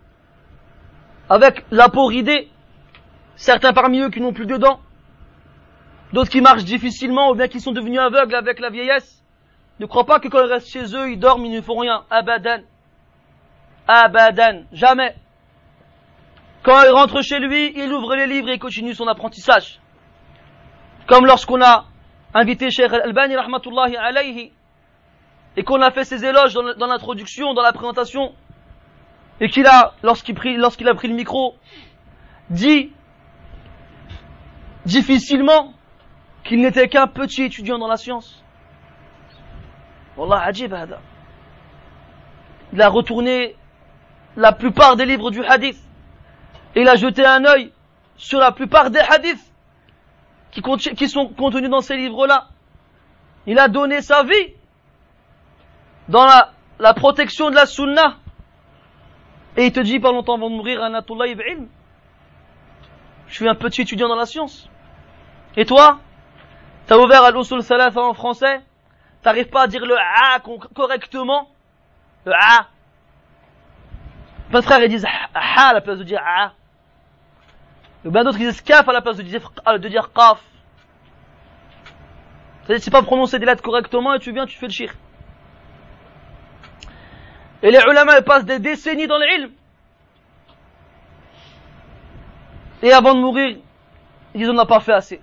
avec la peau ridée, certains parmi eux qui n'ont plus de dents, d'autres qui marchent difficilement ou bien qui sont devenus aveugles avec la vieillesse. Ne crois pas que quand ils restent chez eux, ils dorment, ils ne font rien. Abadan. Abadan. Jamais. Quand il rentre chez lui, il ouvre les livres et il continue son apprentissage. Comme lorsqu'on a invité Cheikh Al-Albani rahmatullahi alayhi et qu'on a fait ses éloges dans l'introduction, dans la présentation, et qu'il a, lorsqu'il a pris le micro, dit difficilement qu'il n'était qu'un petit étudiant dans la science. Wallah ajib hada. Il a retourné la plupart des livres du hadith et il a jeté un œil sur la plupart des hadiths qui sont contenus dans ces livres-là. Il a donné sa vie dans la protection de la sunna. Et il te dit pas longtemps avant de mourir, Anatullah ibn ilm. Je suis un petit étudiant dans la science. Et toi, t'as ouvert al-usul thalatha en français, t'arrives pas à dire le a correctement. Le a. Plein de frères ils disent ha à la place de dire a. Et bien d'autres ils disent kaf à la place de dire qaf. C'est-à-dire c'est pas prononcer des lettres correctement et tu viens, tu fais le shirk. Et les ulama ils passent des décennies dans l'ilm. Et avant de mourir, ils disent on n'a pas fait assez.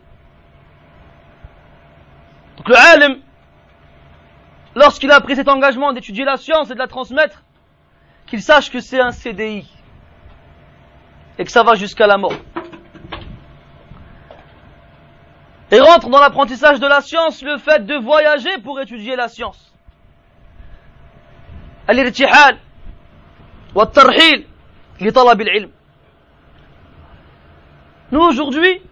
Donc le alim, lorsqu'il a pris cet engagement d'étudier la science et de la transmettre, qu'il sache que c'est un CDI. Et que ça va jusqu'à la mort. Et rentre dans l'apprentissage de la science le fait de voyager pour étudier la science. Al-irtihal wa at-tarhil li talab al-ilm. Nous aujourd'hui,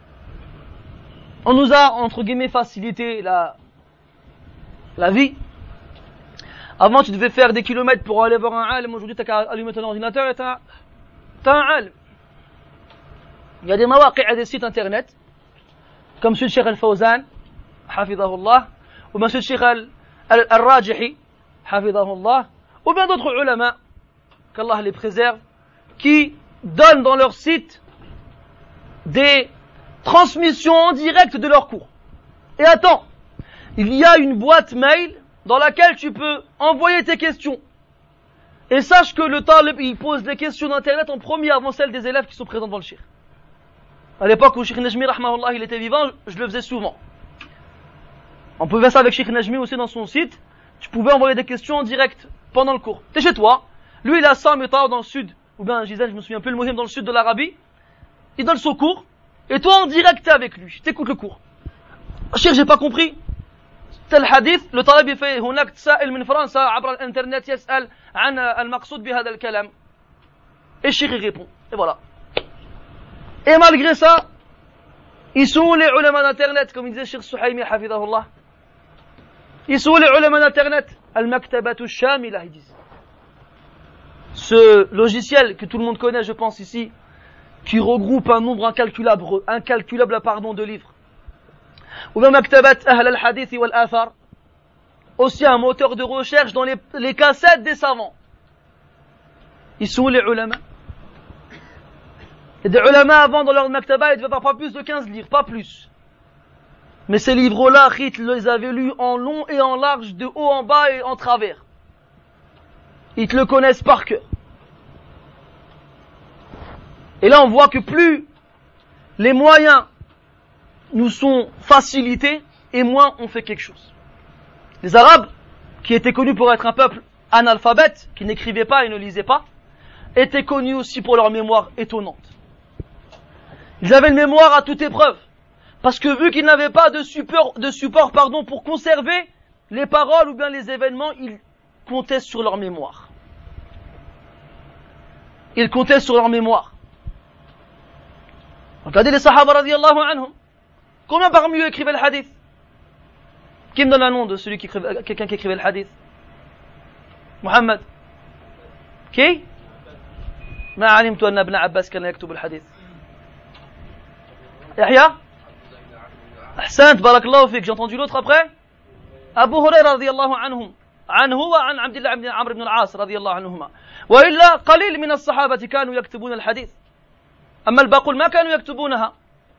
on nous a entre guillemets facilité la vie. Avant tu devais faire des kilomètres pour aller voir un alim, aujourd'hui tu n'as qu'à allumer ton ordinateur et tu as un alim. Il y a des mawaqi' et des sites internet comme celui de Cheikh Al-Fawzan, hafidahullah, ou bien celui de Cheikh Al-Rajihi, hafidahullah, ou bien d'autres ulama, qu'Allah les préserve, qui donnent dans leur site des transmissions en direct de leurs cours. Et attends, il y a une boîte mail dans laquelle tu peux envoyer tes questions. Et sache que le talib, il pose les questions d'internet en premier avant celles des élèves qui sont présents devant le cheikh. À l'époque où Cheikh Najmi, rahmahullah, il était vivant, je le faisais souvent. On pouvait faire ça avec Cheikh Najmi aussi dans son site. Tu pouvais envoyer des questions en direct pendant le cours. T'es chez toi. Lui, il est à 100 mètres dans le sud. Ou bien, je me souviens plus, le Mohim dans le sud de l'Arabie. Il donne son cours. Et toi, en direct, t'es avec lui. T'écoutes le cours. Cheikh, j'ai pas compris. Tel hadith, le talib, il fait, هناك سائل من فرنسا عبر الانترنت يسأل عن المقصود بهذا الكلام. Et Cheikh, il répond. Et voilà. Et malgré ça, ils sont les ulama d'internet, comme il disait Cheikh Suhaimi, hafidahullah. Ils sont les ulama d'internet. Al-Maktabatu Shamila, ils disent. Ce logiciel que tout le monde connaît, je pense ici, qui regroupe un nombre incalculable de livres. Ou bien Maktabat Ahl al-Hadith wal Athar. Aussi un moteur de recherche dans les cassettes des savants. Ils sont les ulama. Et des ulama avant dans leur maktaba, ils devaient avoir pas plus de 15 livres, pas plus. Mais ces livres-là, ils les avaient lus en long et en large, de haut en bas et en travers. Ils te le connaissent par cœur. Et là, on voit que plus les moyens nous sont facilités, et moins on fait quelque chose. Les Arabes, qui étaient connus pour être un peuple analphabète, qui n'écrivait pas et ne lisait pas, étaient connus aussi pour leur mémoire étonnante. Ils avaient une mémoire à toute épreuve. Parce que vu qu'ils n'avaient pas de support pour conserver les paroles ou bien les événements, ils comptaient sur leur mémoire. Ils comptaient sur leur mémoire. Regardez les Sahaba radiyallahu anhum. Combien parmi eux écrivaient le hadith? Qui me donne un nom de celui quelqu'un qui écrivait le hadith? Muhammad. Qui? ما علمت أن ابن عباس كان يكتب الحديث. Yahya? Ahsant, barakallahu fik. J'ai entendu l'autre après? Abu Huraira radiyallahu anhum. عنه وعن عبد الله بن عمرو بن العاص رضي الله عنهما. وإلا قليل من الصحابة كانوا يكتبون الحديث. أما الباقون ما كانوا يكتبونها.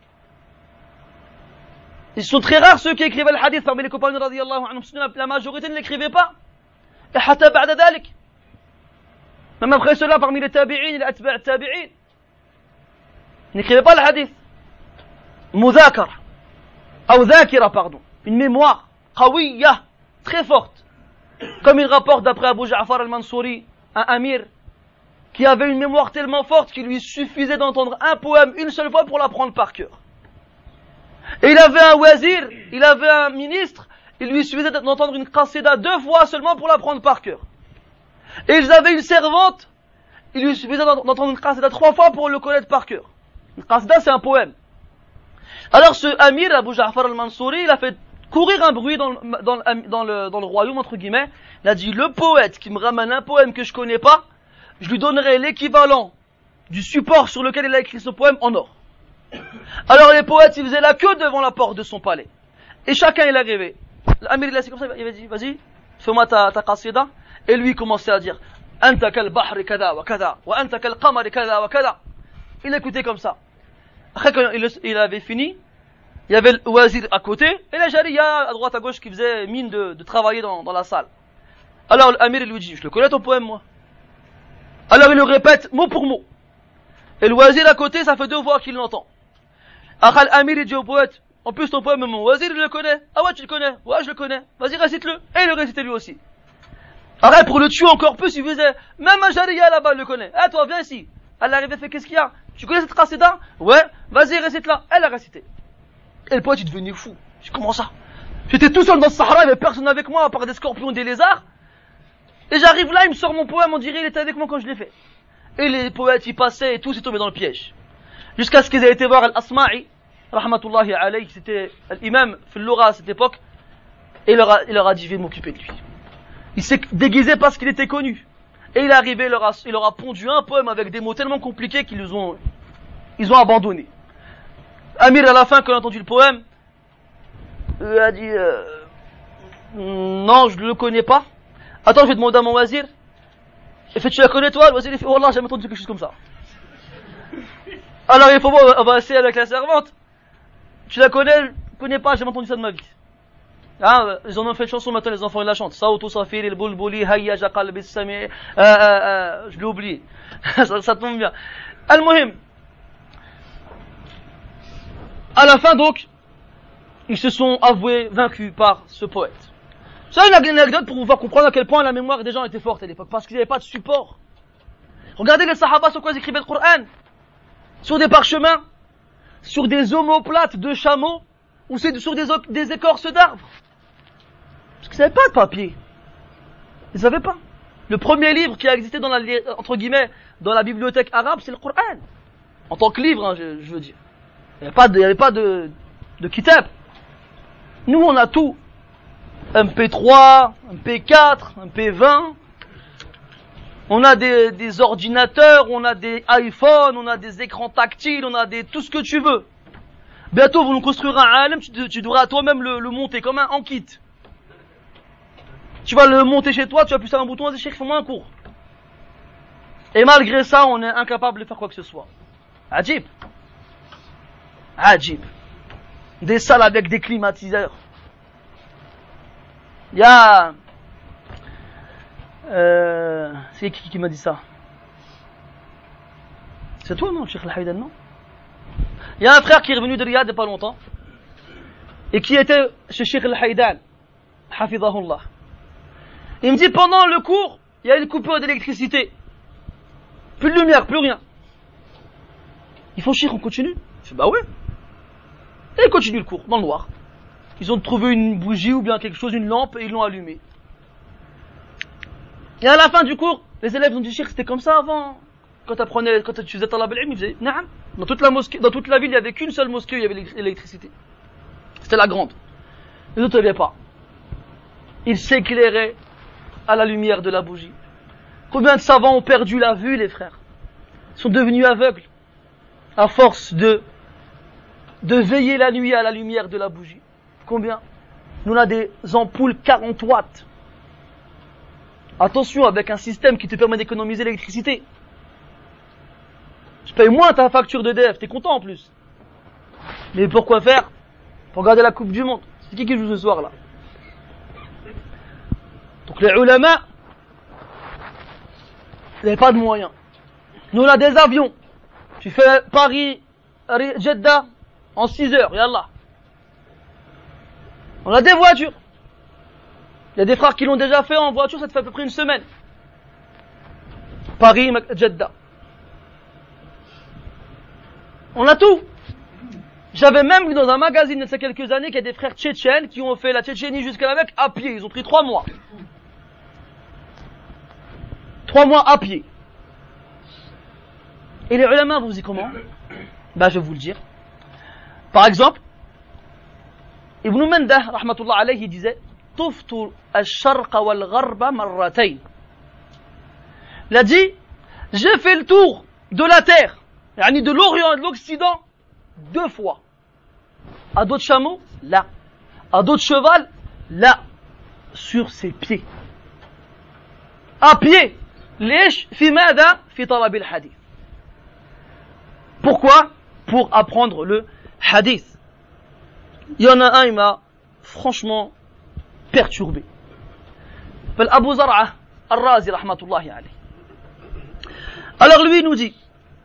Ils sont très rares ceux qui écrivaient le hadith parmi les compagnons radiyallahu anhum. La majorité ne l'écrivait pas. Et حتى بعد ذلك. Même après cela, parmi les tabi'in et les atba' tabi'in, ils n'écrivaient pas le hadith. Mudhakar. Ou dhakira, pardon. Une mémoire qawiyya, très forte. Comme il rapporte d'après Abu Ja'far al-Mansouri, un amir, qui avait une mémoire tellement forte qu'il lui suffisait d'entendre un poème une seule fois pour l'apprendre par cœur. Et il avait un wazir, il avait un ministre, il lui suffisait d'entendre une qasida 2 fois seulement pour l'apprendre par cœur. Et ils avaient une servante, il lui suffisait d'entendre une qasida 3 fois pour le connaître par cœur. Une qasida, c'est un poème. Alors ce amir, Abu Ja'far al-Mansouri, il a fait courir un bruit dans le royaume, entre guillemets. Il a dit, le poète qui me ramène un poème que je connais pas, je lui donnerai l'équivalent du support sur lequel il a écrit ce poème en or. Alors les poètes, ils faisaient la queue devant la porte de son palais. Et chacun, il arrivait. L'amir, il a dit comme ça, il a dit, vas-y, fais-moi ta qasida. Et lui, il commençait à dire, anta kal bahri kada wa kada, wa anta kal qamari kada wa kada. Il écoutait comme ça. Après, quand il avait fini, il y avait le wazir à côté, et la jariya à droite à gauche qui faisait mine de travailler dans la salle. Alors l'amir lui dit, je le connais ton poème moi. Alors il le répète mot pour mot. Et le wazir à côté, ça fait 2 fois qu'il l'entend. Après l'amir il dit au poète, en plus ton poème, mon wazir il le connaît. Ah ouais tu le connais? Ouais je le connais. Vas-y récite-le. Et il le récitait lui aussi. Après pour le tuer encore plus, il faisait, même un jariya là-bas il le connaît. Eh toi viens ici. Elle arrivait fait qu'est-ce qu'il y a? Tu connais cette qasida? Ouais, vas-y récite-la. Elle a récité. Et le poète, il devenait fou. Je dis, comment ça? J'étais tout seul dans le Sahara, il n'y avait personne avec moi, à part des scorpions et des lézards. Et j'arrive là, il me sort mon poème, on dirait il était avec moi quand je l'ai fait. Et les poètes, ils passaient et tout, s'est tombé dans le piège. Jusqu'à ce qu'ils aient été voir Al-Asma'i, rahmatullahi alayhi, c'était l'imam Filloura à cette époque, et il leur a dit, je vais m'occuper de lui. Il s'est déguisé parce qu'il était connu. Et il est arrivé, il leur a pondu un poème avec des mots tellement compliqués qu'ils ont abandonné. Amir, à la fin, quand il a entendu le poème, il a dit, non, je ne le connais pas. Attends, je vais demander à mon wazir. Il fait, tu la connais toi? Le wazir, il fait, oh là, j'ai jamais entendu quelque chose comme ça. Alors, il faut, on va essayer avec la servante. Tu la connais? Je ne connais pas, j'ai jamais entendu ça de ma vie. Hein, ils en ont fait une chanson, maintenant les enfants ils la chantent. Saoutou Safir, il Boulbouli, Hayya Jaqal Bissami, je l'ai oublié. ça tombe bien. Al-Muhim. À la fin donc, ils se sont avoués vaincus par ce poète. C'est une anecdote pour vous faire comprendre à quel point la mémoire des gens était forte à l'époque, parce qu'ils n'avaient pas de support. Regardez les Sahaba sur quoi ils écrivaient le Coran. Sur des parchemins, sur des omoplates de chameaux, ou c'est sur des écorces d'arbres. Parce qu'ils n'avaient pas de papier. Ils n'avaient pas. Le premier livre qui a existé dans entre guillemets, dans la bibliothèque arabe, c'est le Coran. En tant que livre, hein, je veux dire. Il n'y avait pas de kitab. Nous, on a tout. MP3, MP4, MP20. On a des ordinateurs, on a des iPhones, on a des écrans tactiles, on a tout ce que tu veux. Bientôt, vous nous construirez un alim, tu devras toi-même le monter comme en kit. Tu vas le monter chez toi, tu appuies sur un bouton, vas-y, fais-moi un cours. Et malgré ça, on est incapable de faire quoi que ce soit. Ajib. Ajib. Des salles avec des climatiseurs. Il y a... c'est qui m'a dit ça? C'est toi, non, Cheikh Al-Haïdan, non? Il y a un frère qui est revenu de Riyad il n'y a pas longtemps et qui était chez Cheikh Al-Haïdan, hafidahullah. Il me dit, pendant le cours, il y a une coupure d'électricité. Plus de lumière, plus rien. Il faut, Cheikh, on continue? Je dis, bah ouais. Et ils continuent le cours, dans le noir. Ils ont trouvé une bougie ou bien quelque chose, une lampe, et ils l'ont allumée. Et à la fin du cours, les élèves ont dit, Cheikh, c'était comme ça avant. Quand tu faisais talab al-ilm, ils faisaient, naam. Dans toute la ville, il n'y avait qu'une seule mosquée où il y avait l'électricité. C'était la grande. Les autres ne l'avaient pas. Ils s'éclairaient à la lumière de la bougie. Combien de savants ont perdu la vue, les frères? Ils sont devenus aveugles à force de veiller la nuit à la lumière de la bougie. Combien? Nous, on a des ampoules 40 watts. Attention, avec un système qui te permet d'économiser l'électricité. Je paye moins ta facture d'EDF, t'es content en plus. Mais pourquoi faire? Pour regarder la Coupe du Monde. C'est qui joue ce soir là? Donc les ulama, ils n'avaient pas de moyens. Nous on a des avions. Tu fais Paris-Jeddah en 6 heures, yallah. On a des voitures. Il y a des frères qui l'ont déjà fait en voiture, ça te fait à peu près une semaine. Paris-Jeddah. On a tout. J'avais même vu dans un magazine il y a quelques années qu'il y a des frères tchétchènes qui ont fait la Tchétchénie jusqu'à la Mecque à pied. Ils ont pris 3 mois. 3 mois à pied. Et les ulama, vous dites comment? Ben, je vais vous le dire. Par exemple, Ibn Mandah, rahmatullah alayhi, il disait, Tuftu al-sharqa wal-gharba marratayn. Il a dit, j'ai fait le tour de la terre, de l'Orient et de l'Occident, 2 fois. À dos de chameau, là. À dos de cheval, là. Sur ses pieds. À pied. Lèche, fi mada, fi talab al-hadith. Pourquoi? Pour apprendre le hadith. Il y en a un, il m'a franchement perturbé. Il Abu Zar'a al-Razi, rahmatullahi alayhi. Alors lui, il nous dit,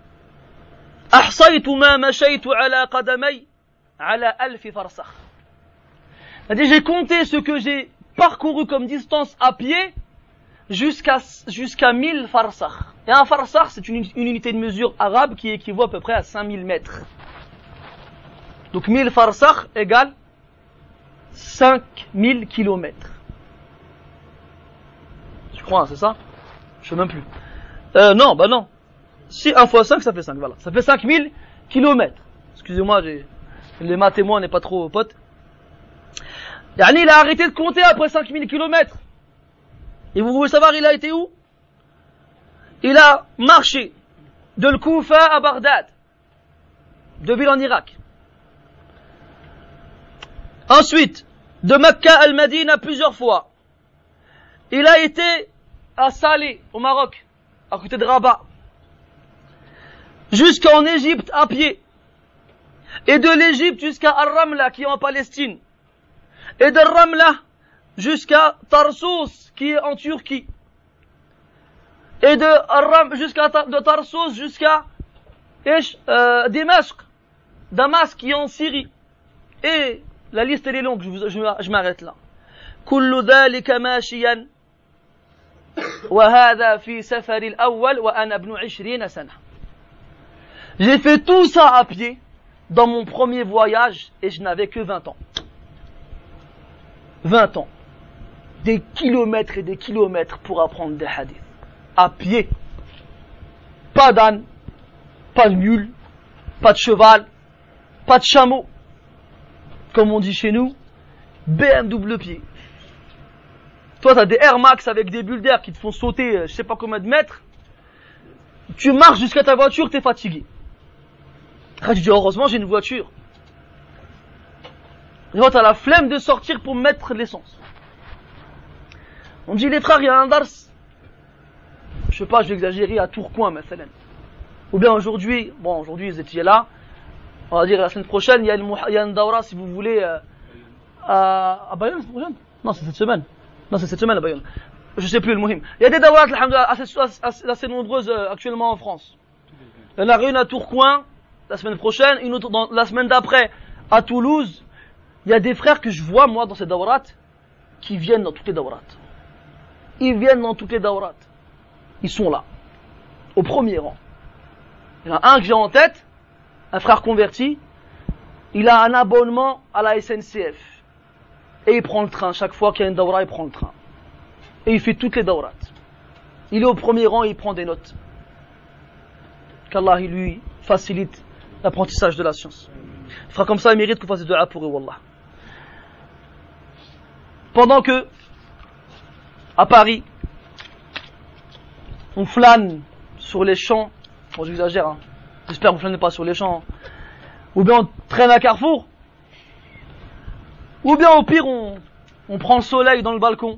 أحصيت ما مشيت على قدمي على 1000 فرسخ. C'est-à-dire, j'ai compté ce que j'ai parcouru comme distance à pied jusqu'à 1000 farsakh. Et un farsakh, c'est une unité de mesure arabe qui équivaut à peu près à 5000 mètres. Donc 1000 farsakh égale 5000 kilomètres. Je crois, c'est ça? Je sais même plus. Non, bah non. Si 1 fois 5, ça fait 5, voilà. Ça fait 5000 kilomètres. Excusez-moi, les maths et moi, on n'est pas trop potes. Yani, il a arrêté de compter après 5000 kilomètres. Et vous voulez savoir, il a été où? Il a marché de l'Koufa à Bagdad, deux villes en Irak. Ensuite, de Mecca à Al-Madina plusieurs fois. Il a été à Salé, au Maroc, à côté de Rabat, jusqu'en Égypte à pied. Et de l'Égypte jusqu'à Ar-Ramla, qui est en Palestine. Et de Ramla jusqu'à Tarsus, qui est en Turquie. Et de Tarsus jusqu'à Damas, qui est en Syrie. Et la liste elle est longue, je m'arrête là. كل ذلك ماشيا وهذا في سفر الأول وأنا ابن 20 سنة. J'ai fait tout ça à pied dans mon premier voyage et je n'avais que 20 ans. 20 ans. Des kilomètres et des kilomètres pour apprendre des hadiths. À pied. Pas d'âne, pas de mule, pas de cheval, pas de chameau. Comme on dit chez nous, BMW pied. Toi, t'as des Air Max avec des bulles d'air qui te font sauter, je sais pas combien de mètres. Tu marches jusqu'à ta voiture, t'es fatigué. Après, tu dis, heureusement, j'ai une voiture. Et toi, t'as la flemme de sortir pour mettre l'essence. On dit, les frères, il y a un dars. Je sais pas, je vais exagérer à Tourcoing, mais c'est ou bien aujourd'hui, ils étaient là. On va dire la semaine prochaine, il y a une daura, si vous voulez, à Bayonne, la semaine prochaine? Non, c'est cette semaine. Non, c'est cette semaine à Bayonne. Je sais plus le muhim. Il y a des dawrat, alhamdoulilah, assez nombreuses actuellement en France. Il y en a une à Tourcoing, la semaine prochaine, une autre la semaine d'après à Toulouse. Il y a des frères que je vois, moi, dans ces dawrat, qui viennent dans toutes les dawrat. Ils viennent dans toutes les dawrat. Ils sont là. Au premier rang. Il y en a un que j'ai en tête, un frère converti. Il a un abonnement à la SNCF. Et il prend le train. Chaque fois qu'il y a une dawra, il prend le train. Et il fait toutes les dawrats. Il est au premier rang et il prend des notes. Qu'Allah il lui facilite l'apprentissage de la science. Il fera comme ça, il mérite qu'on fasse des du'a pour eux, wallah. Pendant que, à Paris, on flâne sur les champs. Bon, j'exagère, hein. J'espère que vous flânez pas sur les champs. Ou bien on traîne à Carrefour. Ou bien au pire, on prend le soleil dans le balcon.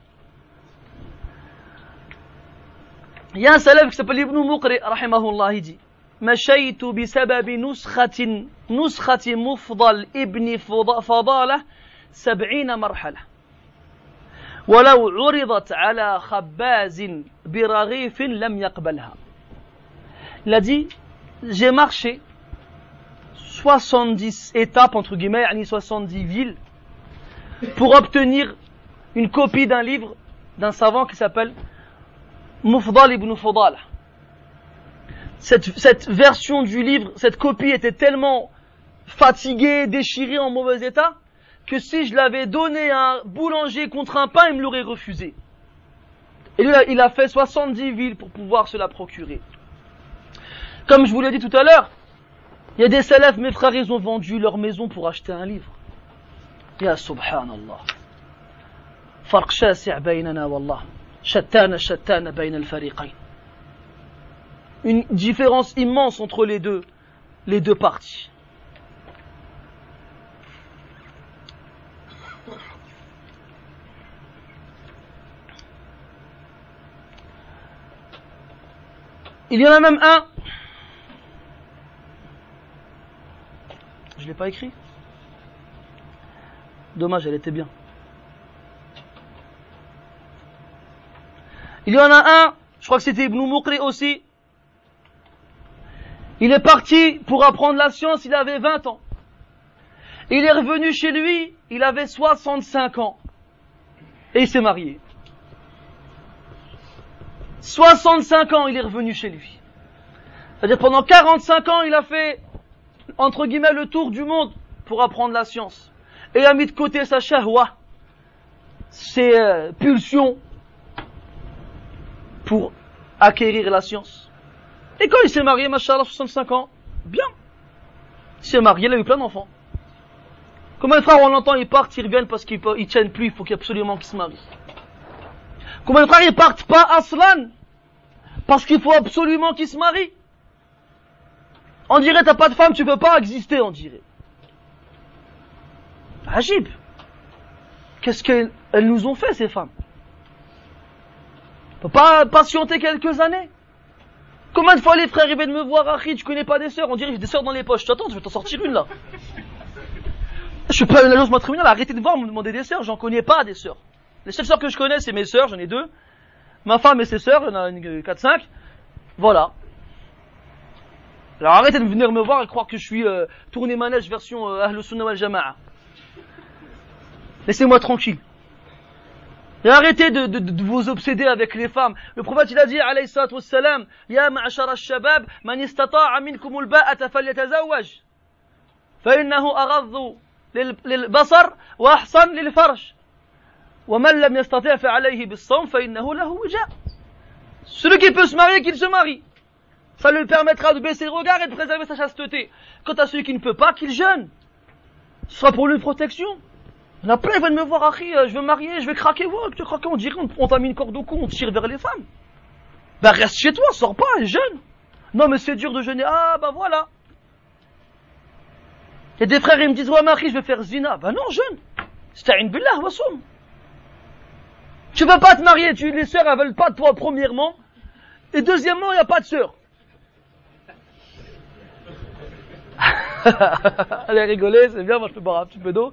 Il y a un salaf qui s'appelle Ibn Muqri, rahimahullah, il dit مشيت بسبب نسخة مفضل ابن فضالة 70 مرحلة ولو عرضت على خباز برغيف لم يقبلها. Il a dit, j'ai marché 70 étapes, entre guillemets, 70 villes, pour obtenir une copie d'un livre d'un savant qui s'appelle Mufdal ibn Fadala. Cette version du livre, cette copie était tellement fatiguée, déchirée, en mauvais état, que si je l'avais donné à un boulanger contre un pain, il me l'aurait refusé. Et lui, il a fait 70 villes pour pouvoir se la procurer. Comme je vous l'ai dit tout à l'heure, il y a des salafs, mes frères, ils ont vendu leur maison pour acheter un livre. Ya subhanallah. Farq shasi' baynana wallah. Shattana bayna al-fariqayn. Une différence immense entre les deux parties. Il y en a même un. Je l'ai pas écrit. Dommage, elle était bien. Il y en a un, je crois que c'était Ibn Muqri aussi. Il est parti pour apprendre la science, il avait 20 ans. Il est revenu chez lui, il avait 65 ans. Et il s'est marié. 65 ans, il est revenu chez lui. C'est-à-dire pendant 45 ans, il a fait, entre guillemets, le tour du monde pour apprendre la science et a mis de côté sa shahwa, ses pulsions pour acquérir la science. Et quand il s'est marié, machallah, 65 ans, bien. Il s'est marié, il a eu plein d'enfants. Combien de frères on l'entend, ils partent, ils reviennent parce qu'ils tiennent plus, il faut absolument qu'ils se marient. Combien de frères ils partent pas aslan parce qu'il faut absolument qu'ils se marient. On dirait t'as pas de femme, tu peux pas exister, on dirait. Ajib. Qu'est-ce qu'elles nous ont fait, ces femmes? On peut pas patienter quelques années? Combien de fois les frères viennent me voir, Akhi, tu connais pas des sœurs? On dirait que j'ai des sœurs dans les poches. T'attends, je vais t'en sortir une là. Je suis pas une agence matrimoniale, arrêtez de voir me demander des sœurs, j'en connais pas des sœurs. Les seules sœurs que je connais, c'est mes sœurs, j'en ai 2. Ma femme et ses sœurs, il y en a 4-5. Voilà. Alors arrêtez de venir me voir et croire que je suis tourné manège version Ahl Sunnah wal Jama'a. Laissez-moi tranquille. Et arrêtez de vous obséder avec les femmes. Le prophète il a dit, alayhi salatu wassalam, Ya ma'ashara al-shabab, man istata'a minkum al-ba'ata falyatazawwaj. Fa'innahu aghaddu lil-basar wa ahsan lil-farj. Wa man lam yastati' fa'alayhi bis-sawm fa'innahu lahu wija'. Celui qui peut se marier, qu'il se marie. Ça lui permettra de baisser le regard et de préserver sa chasteté. Quant à celui qui ne peut pas, qu'il jeûne. Ce sera pour lui une protection. Il y en a plein, ils viennent me voir, Akhi, je veux me marier, je vais craquer. Ouais, tu craquer, on dirait, on t'a mis une corde au cou, on tire vers les femmes. Ben reste chez toi, sors pas et jeûne. Non mais c'est dur de jeûner. Ah ben voilà. Il y a des frères, ils me disent, ouais mais Akhi, je vais faire zina. Ben non, jeûne. Sta'in billah wa soum. Tu veux pas te marier, les sœurs, elles veulent pas de toi, premièrement. Et deuxièmement, il n'y a pas de sœurs. Allez rigoler, c'est bien, moi je peux boire un petit peu d'eau.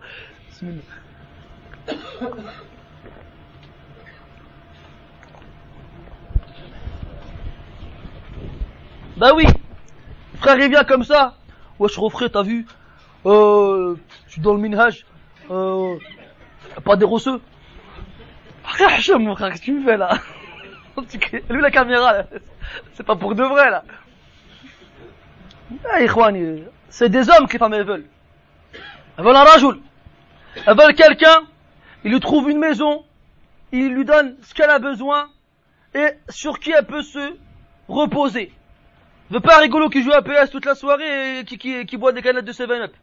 Bah oui, frère il vient comme ça. Ouais je refrais, t'as vu, je suis dans le minhaj, pas des rosseux. Mon frère, qu'est-ce que tu me fais là? Lui la caméra là, c'est pas pour de vrai là. Ah, ikhwani, c'est des hommes que les femmes elles veulent. Elles veulent un rajoul. Elles veulent quelqu'un, il lui trouve une maison, il lui donne ce qu'elle a besoin et sur qui elle peut se reposer. Elle veut pas un rigolo qui joue à PS toute la soirée et qui boit des canettes de 7-Up.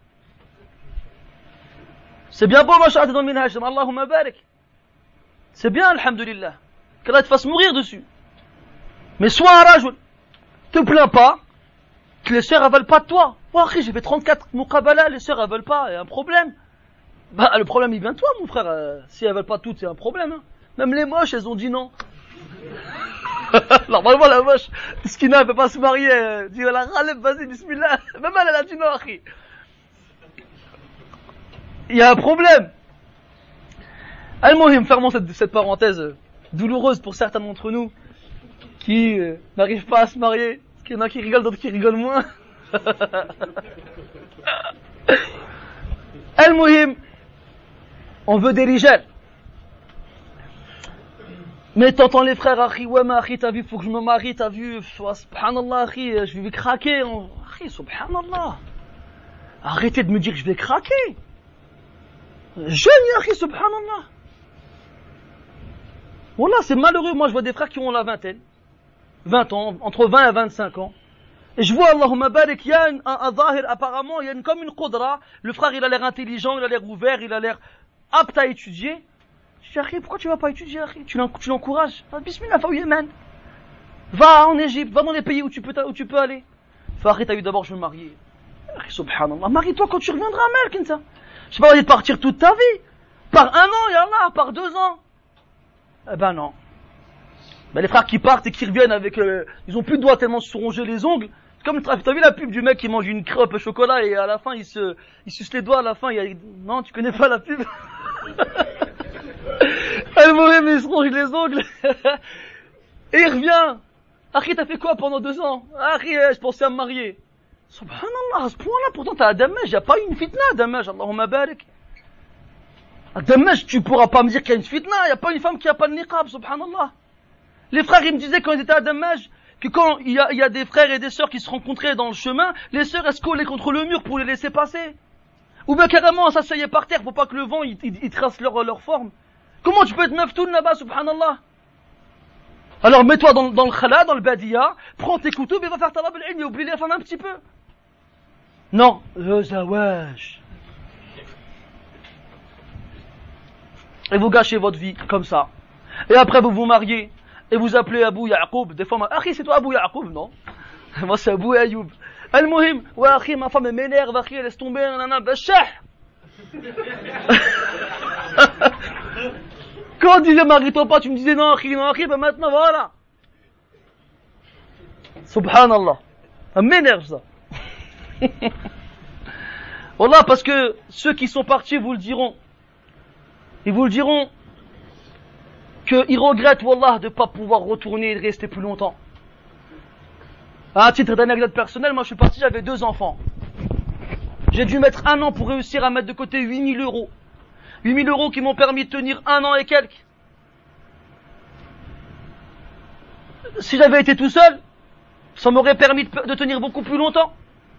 C'est bien beau, ma chère, dans le minhaj, Allahumma barik. C'est bien, alhamdulillah. Qu'Allah te fasse mourir dessus. Mais sois un rajoul. Te plains pas que les sœurs elles veulent pas de toi. Oh, j'ai fait 34 muqabala, les sœurs elles veulent pas, il y a un problème. Bah, le problème il vient de toi, mon frère. Si elles veulent pas toutes, c'est un problème. Hein. Même les moches, elles ont dit non. Normalement, la moche, Skina, elle peut pas se marier. Elle dit, la raleb, vas-y, bismillah. Même elle a dit non, akhi. Il y a un problème. Al-Mohim, fermons cette parenthèse douloureuse pour certains d'entre nous qui n'arrivent pas à se marier. Parce qu'il y en a qui rigolent, d'autres qui rigolent moins. Al-Mohim, on veut des rijal. Mais t'entends les frères, Akhi, ouais, mais Akhi, t'as vu, faut que je me marie, t'as vu, subhanallah, Akhi, je vais craquer. Akhi, subhanallah. Arrêtez de me dire que je vais craquer. Jeune, Akhi, subhanallah. Voilà, c'est malheureux. Moi, je vois des frères qui ont la vingtaine. 20 ans, entre 20 et 25 ans. Et je vois, Allahumma barik, il y a un zahir, apparemment, il y a comme une qudra. Le frère, il a l'air intelligent, il a l'air ouvert, il a l'air apte à étudier. Je dis, Akhi, pourquoi tu vas pas étudier, Akhi? Tu l'encourages. Bismillah, fa Yémen. Va en Égypte, va dans les pays où tu peux aller. Fa Akhi, t'as eu d'abord, je veux me marier. Akhi, subhanallah. Marie-toi quand tu reviendras, mec, ça. Je sais pas, envie de partir toute ta vie. Par 1 an, yallah, par 2 ans. Eh ben non. Ben les frères qui partent et qui reviennent avec, ils ont plus de doigts tellement se sont rongés les ongles. C'est comme, t'as vu la pub du mec qui mange une crêpe au chocolat et à la fin il suce les doigts à la fin, non, tu connais pas la pub? Elle mourait mais il se ronge les ongles. Et il revient. Akhi, t'as fait quoi pendant 2 ans? Akhi, je pensais à me marier. Subhanallah, à ce point-là, pourtant t'as Adamaj, y a pas eu une fitna, Adamaj, Allahumma barik. Adamaj, tu pourras pas me dire qu'il y a une fitna, y a pas une femme qui a pas de niqab, subhanallah. Les frères, ils me disaient quand ils étaient à Damaj, que quand il y a des frères et des sœurs qui se rencontraient dans le chemin, les sœurs, elles se collaient contre le mur pour les laisser passer. Ou bien carrément s'asseyer par terre pour pas que le vent il trace leur forme. Comment tu peux être meftoun là-bas, subhanallah? Alors mets-toi dans le khala, dans le badiya, prends tes couteaux et va faire talab al-ilm et oublie les femmes un petit peu. Non, le zawaj. Et vous gâchez votre vie comme ça. Et après vous vous mariez et vous appelez Abou Ya'qoub. Des fois, Akhi, c'est toi Abou Ya'qoub? Non. Moi c'est Abou Ayoub. Al-Muhim, ouais Akhi, ma femme m'énerve, Akhi, laisse tomber, nanana, bachah. Quand on disait marie-toi pas, tu me disais non Akhi, ben maintenant voilà. Subhanallah. Ça m'énerve ça. Wallah, parce que ceux qui sont partis vous le diront. Ils vous le diront qu'ils regrettent, wallah, de ne pas pouvoir retourner et de rester plus longtemps. À titre d'anecdote personnelle, moi je suis parti, j'avais 2 enfants. J'ai dû mettre 1 an pour réussir à mettre de côté 8 000 euros. 8 000 euros qui m'ont permis de tenir 1 an et quelques. Si j'avais été tout seul, ça m'aurait permis de tenir beaucoup plus longtemps.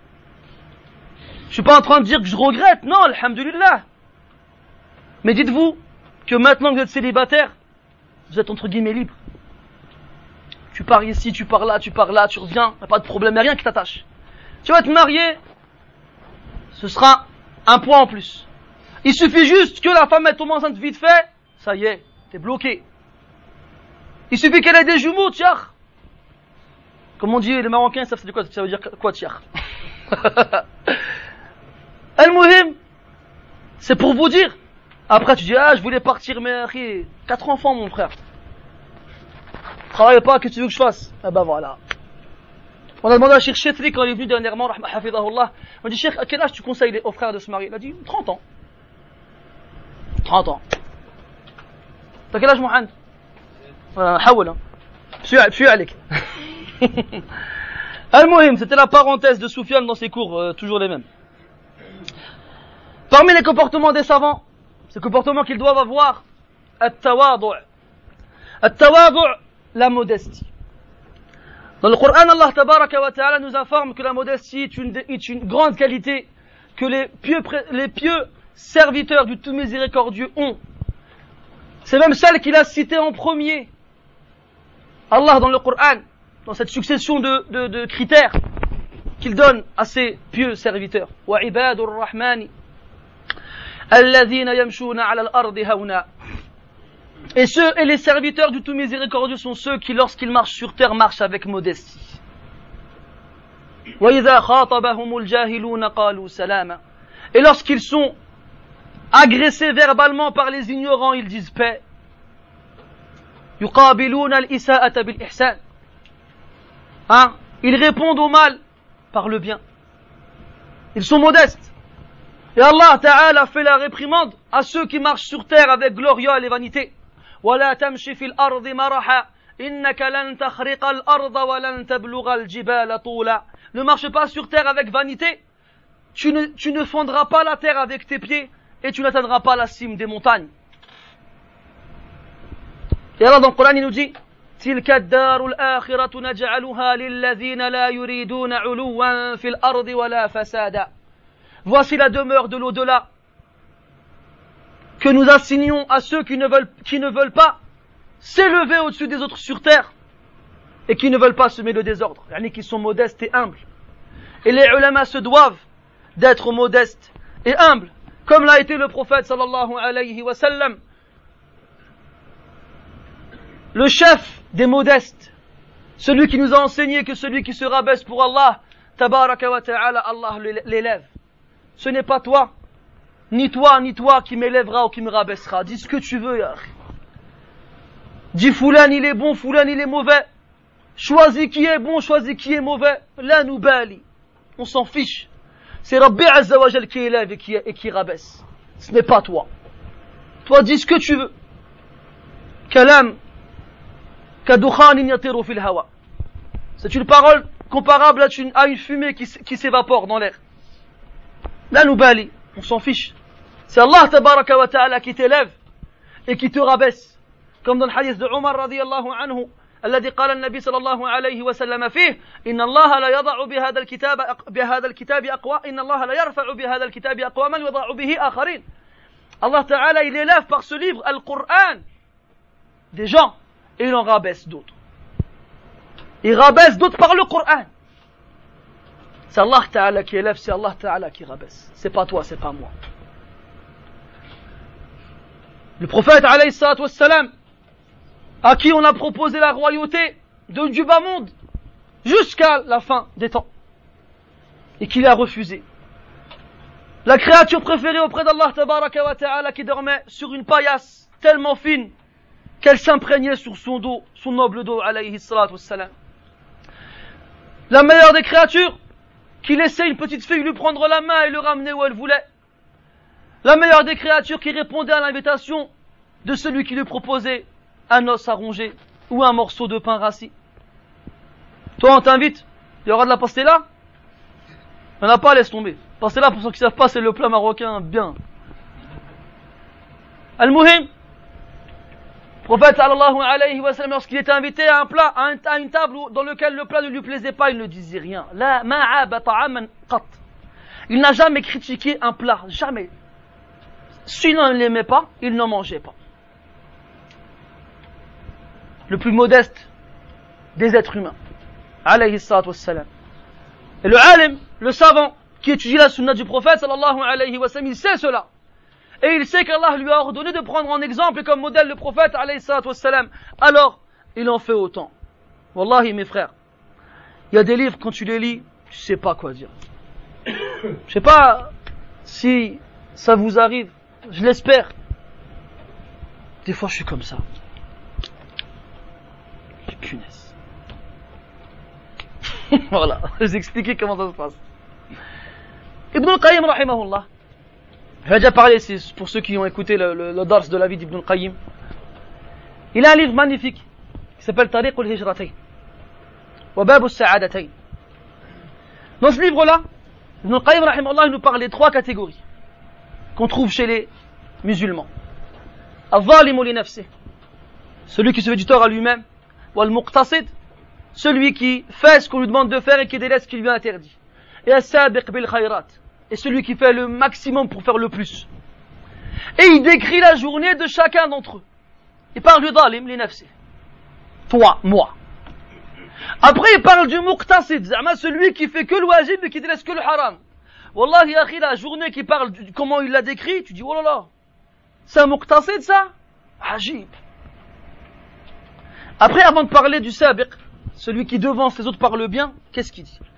Je suis pas en train de dire que je regrette, non, alhamdulillah. Mais dites-vous que maintenant que vous êtes célibataire, vous êtes entre guillemets libre. Tu pars ici, tu pars là, tu reviens, y a pas de problème, y a rien qui t'attache. Tu vas te marier, ce sera un point en plus. Il suffit juste que la femme elle tombe enceinte vite fait, ça y est, t'es bloqué. Il suffit qu'elle ait des jumeaux, tiar. Comme on dit les Marocains, ça veut dire quoi tiar? Al-Muhim, c'est pour vous dire. Après tu dis, je voulais partir, mais 4 enfants mon frère. Travaille pas, qu'est-ce que tu veux que je fasse? Ah ben voilà. On a demandé à Cheikh Chetri quand il est venu dernièrement, hafidahullah. On dit, Cheikh, à quel âge tu conseilles aux frères de se marier? Il a dit, 30 ans. 30 ans. T'as quel âge, Mohamed? Hawala. Suis Alek. Al-Muhim, c'était la parenthèse de Soufiane dans ses cours, toujours les mêmes. Parmi les comportements des savants, ces comportements qu'ils doivent avoir, at-tawadu'. At-tawadu', la modestie. Dans le Coran, Allah tabaraka wa ta'ala nous informe que la modestie est une grande qualité que les pieux serviteurs du tout miséricordieux ont. C'est même celle qu'il a citée en premier. Allah dans le Coran, dans cette succession de critères qu'il donne à ses pieux serviteurs. Wa ibadur rahmani alladhina yamshuna 'ala al-ardi hawna. Et les serviteurs du tout miséricordieux sont ceux qui, lorsqu'ils marchent sur terre, marchent avec modestie. وَإِذَا خَاطَبَهُمُ الْجَاهِلُونَ قَالُوا سَلَامًا. Et lorsqu'ils sont agressés verbalement par les ignorants, ils disent paix. يُقَابِلُونَ الْإِسَاءَةَ بِالْإِحْسَانِ. Ils répondent au mal par le bien. Ils sont modestes. Et Allah Ta'ala fait la réprimande à ceux qui marchent sur terre avec gloriole et vanité. ولا تمشي في الأرض مرحا إنك لن تخرق الأرض ولن تبلغ الجبال طولا. Ne marche pas sur terre avec vanité. Tu ne fendras pas la terre avec tes pieds et tu n'atteindras pas la cime des montagnes. Et Allah dans le Coran il nous dit تلك الدار الآخرة نجعلها للذين لا يريدون علوا في الأرض ولا فسادا. Voici la demeure de l'au-delà que nous assignons à ceux qui ne veulent pas s'élever au-dessus des autres sur terre et qui ne veulent pas semer le désordre, qui sont modestes et humbles. Et les ulama se doivent d'être modestes et humbles, comme l'a été le prophète sallallahu alayhi wa sallam, le chef des modestes, celui qui nous a enseigné que celui qui se rabaisse pour Allah, tabaraka wa ta'ala, Allah l'élève. Ce n'est pas toi, ni toi qui m'élèvera ou qui me rabaissera. Dis ce que tu veux, ya. Dis Foulan il est bon, Foulan il est mauvais. Choisis qui est bon, choisis qui est mauvais. La noubali. On s'en fiche. C'est Rabbi Azza wa Jal qui élève et qui rabaisse. Ce n'est pas toi. Toi dis ce que tu veux. Kalam kadukhanin yatiru fil hawa. C'est une parole comparable à une fumée qui s'évapore dans l'air. La noubali. On s'en fiche. C'est Allah tabaraka wa ta'ala qui t'élève et qui te rabaisse. Comme dans le hadith de Omar radiyallahu anhu, الذي قال النبي صلى الله عليه وسلم فيه إن الله لا يضع بهذا الكتاب أقوى إن الله لا يرفع بهذا الكتاب أقواما ويضع به آخرين. Allah Ta'ala il élève par ce livre Al-Qur'an des gens et il en rabaisse d'autres. Il rabaisse d'autres par le Qur'an. C'est Allah Ta'ala qui élève, c'est Allah Ta'ala qui rabaisse. C'est pas toi, c'est pas moi. Le prophète alayhi salatu wassalam, à qui on a proposé la royauté du bas monde jusqu'à la fin des temps et qu'il a refusé. La créature préférée auprès d'Allah tabaraka wa ta'ala qui dormait sur une paillasse tellement fine qu'elle s'imprégnait sur son dos, son noble dos alayhi salatu wassalam. La meilleure des créatures qui laissait une petite fille lui prendre la main et le ramener où elle voulait. La meilleure des créatures qui répondait à l'invitation de celui qui lui proposait un os à ronger ou un morceau de pain rassis. Toi, on t'invite, il y aura de la pastella? Il n'y en a pas, laisse tomber. Pastella, pour ceux qui ne savent pas, c'est le plat marocain bien. Al-Muhim, prophète sallallahu alayhi wa sallam, lorsqu'il était invité à un plat, à une table dans lequel le plat ne lui plaisait pas, il ne disait rien. La ma'aba ta'aman qat. Il n'a jamais critiqué un plat, jamais. S'il ne l'aimait pas, il n'en mangeait pas. Le plus modeste des êtres humains. Alayhi salatu wassalam. Et le alim, le savant, qui étudie la sunna du prophète sallallahu alayhi wa sallam, il sait cela. Et il sait qu'Allah lui a ordonné de prendre en exemple et comme modèle le prophète alayhi salatu wassalam. Alors, il en fait autant. Wallahi mes frères, il y a des livres quand tu les lis, tu sais pas quoi dire. Je sais pas si ça vous arrive, je l'espère. Des fois je suis comme ça. Punaise. Voilà, je vais expliquer comment ça se passe. Ibn al-Qayyim rahimahullah. Je vais déjà parler, c'est pour ceux qui ont écouté le dars de la vie d'Ibn al-Qayyim. Il a un livre magnifique qui s'appelle Tariq al-Hijratayn wa Bab al-Sa'adatayn. Dans ce livre-là, Ibn al-Qayyim rahimahullah, il nous parle des trois catégories qu'on trouve chez les musulmans. Al-Zalimu li nafsih, celui qui se fait du tort à lui-même. Wal-Muqtasid, celui qui fait ce qu'on lui demande de faire et qui délaisse ce qu'il lui a interdit. Et As-Sabiq bil Khayrat, et celui qui fait le maximum pour faire le plus. Et il décrit la journée de chacun d'entre eux. Il parle du Zalim li nafsi. Toi, moi. Après il parle du Muqtasid, celui qui fait que le wajib et qui délaisse que le haram. Wallahi akhi, la journée qui parle comment il l'a décrit, tu dis oh là là, c'est un Muqtasid ça? Ajib. Après, avant de parler du sabiq, celui qui devance les autres par le bien, qu'est-ce qu'il dit?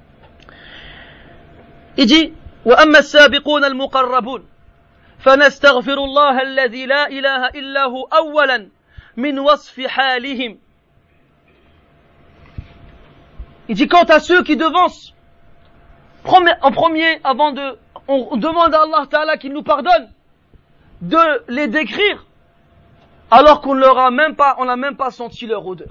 Il dit وَأَمَّا السَّابِقُونَ الْمُقَرَّبُونَ فَنَسْتَغْفِرُ اللَّهَ الَّذِي لَا إِلَهَ إِلَّا هُوَ أَوَّلًا مِنْ وَصْفِ حَالِهِمْ. Il dit quant à ceux qui devancent en premier, on demande à Allah Ta'ala qu'il nous pardonne de les décrire alors qu'on n'a même pas senti leur odeur.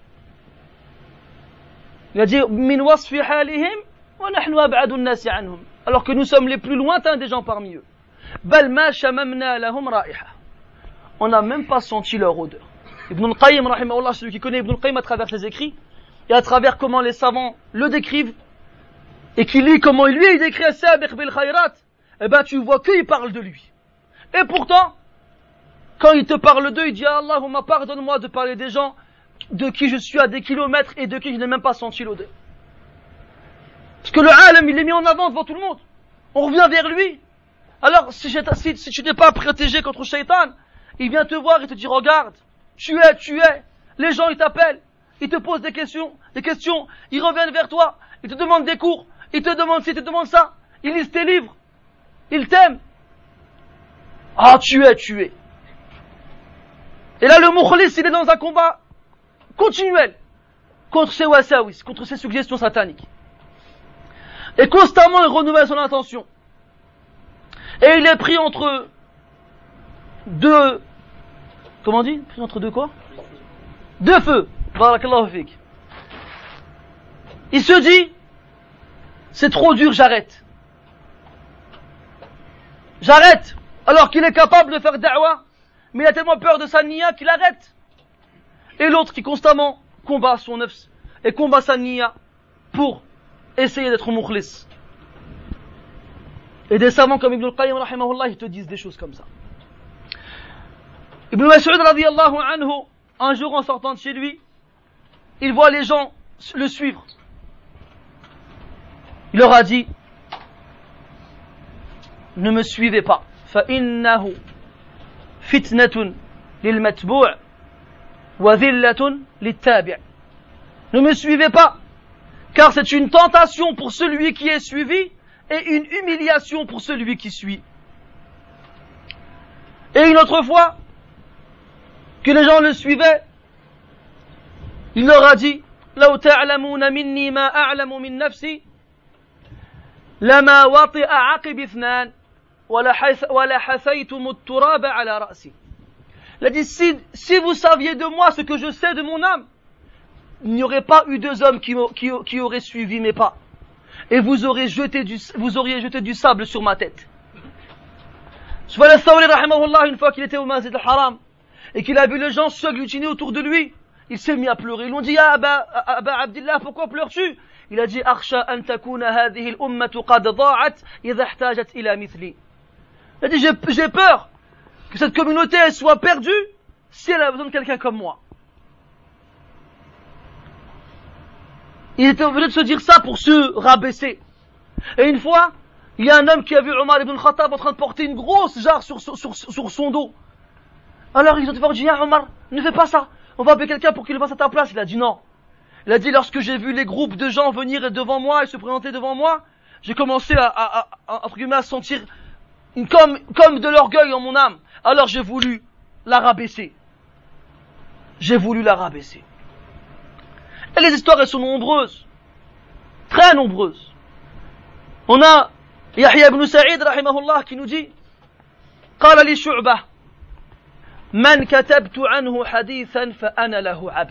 Il a dit min wasfi halihim wa nahnu ab'adu an-nas anhum, alors que nous sommes les plus lointains des gens parmi eux. Bal ma shamamna lahum ra'iha, on n'a même pas senti leur odeur. Ibn al-Qayyim rahimahullah, celui qui connaît Ibn al-Qayyim à travers ses écrits et à travers comment les savants le décrivent et qui lit comment lui il décrit as-sabiq bil khayrat, eh ben tu vois qu'il parle de lui. Et pourtant quand il te parle d'eux, il dit Allahumma pardonne-moi de parler des gens de qui je suis à des kilomètres et de qui je n'ai même pas senti l'odeur. Parce que le alim, il est mis en avant devant tout le monde. On revient vers lui. Alors, si tu n'es pas protégé contre le shaitan, il vient te voir et te dit regarde, tu es. Les gens, ils t'appellent, ils te posent des questions, ils reviennent vers toi, ils te demandent des cours, ils te demandent ci, ils te demandent ça, ils lisent tes livres, ils t'aiment. Ah, tu es. Et là, le mukhlis, il est dans un combat continuel contre ses wasawis, contre ses suggestions sataniques. Et constamment, il renouvelle son intention. Et il est pris entre deux... Comment on dit? Pris entre deux quoi? Deux feux. Barakallahu fik. Il se dit, c'est trop dur, j'arrête. Alors qu'il est capable de faire da'wah, mais il a tellement peur de sa niya qu'il arrête. Et l'autre qui constamment combat son nafs et combat sa niya pour essayer d'être mukhlis. Et des savants comme Ibn al-Qayyim rahimahullah, ils te disent des choses comme ça. Ibn Mas'ud radiyallahu anhu, un jour en sortant de chez lui, il voit les gens le suivre. Il leur a dit: ne me suivez pas. فَإِنَّهُ فِتْنَةٌ لِلْمَتْبُوعِ وَذِلَّةٌ لِلتَّابِعِ. Ne me suivez pas, car c'est une tentation pour celui qui est suivi et une humiliation pour celui qui suit. Et une autre fois, que les gens le suivaient, il leur a dit: لو تعلمون مني ما أعلم من نفسي لما وطئ عقب اثنان ولا حثيتم التراب على رأسي. Il a dit: si vous saviez de moi ce que je sais de mon âme, il n'y aurait pas eu deux hommes qui auraient suivi mes pas, et vous auriez jeté du sable sur ma tête. Sufyan al-Thawri rahimahullah, une fois qu'il était au Masjid al-Haram et qu'il a vu les gens s'agglutiner autour de lui, il s'est mis à pleurer. Ils lui ont dit: ah Aba Abdillah, pourquoi pleures-tu? Il a dit: akhsha an takuna hadhihi al-ummatu qad da'at idha ihtajat ila mithli. Il a dit: j'ai peur que cette communauté elle soit perdue si elle a besoin de quelqu'un comme moi. Il était obligé de se dire ça pour se rabaisser. Et une fois, il y a un homme qui a vu Omar ibn Khattab en train de porter une grosse jarre sur son dos. Alors ils ont dit: ah Omar, ne fais pas ça, on va appeler quelqu'un pour qu'il le fasse à ta place. Il a dit non. Il a dit: lorsque j'ai vu les groupes de gens venir devant moi et se présenter devant moi, j'ai commencé à sentir comme de l'orgueil en mon âme. Alors j'ai voulu la rabaisser. Et les histoires, elles sont nombreuses. Très nombreuses. On a Yahya ibn Sa'id rahimahullah qui nous dit: قال لي شعبة من كتبت عنه حديثا فأنا له عبد.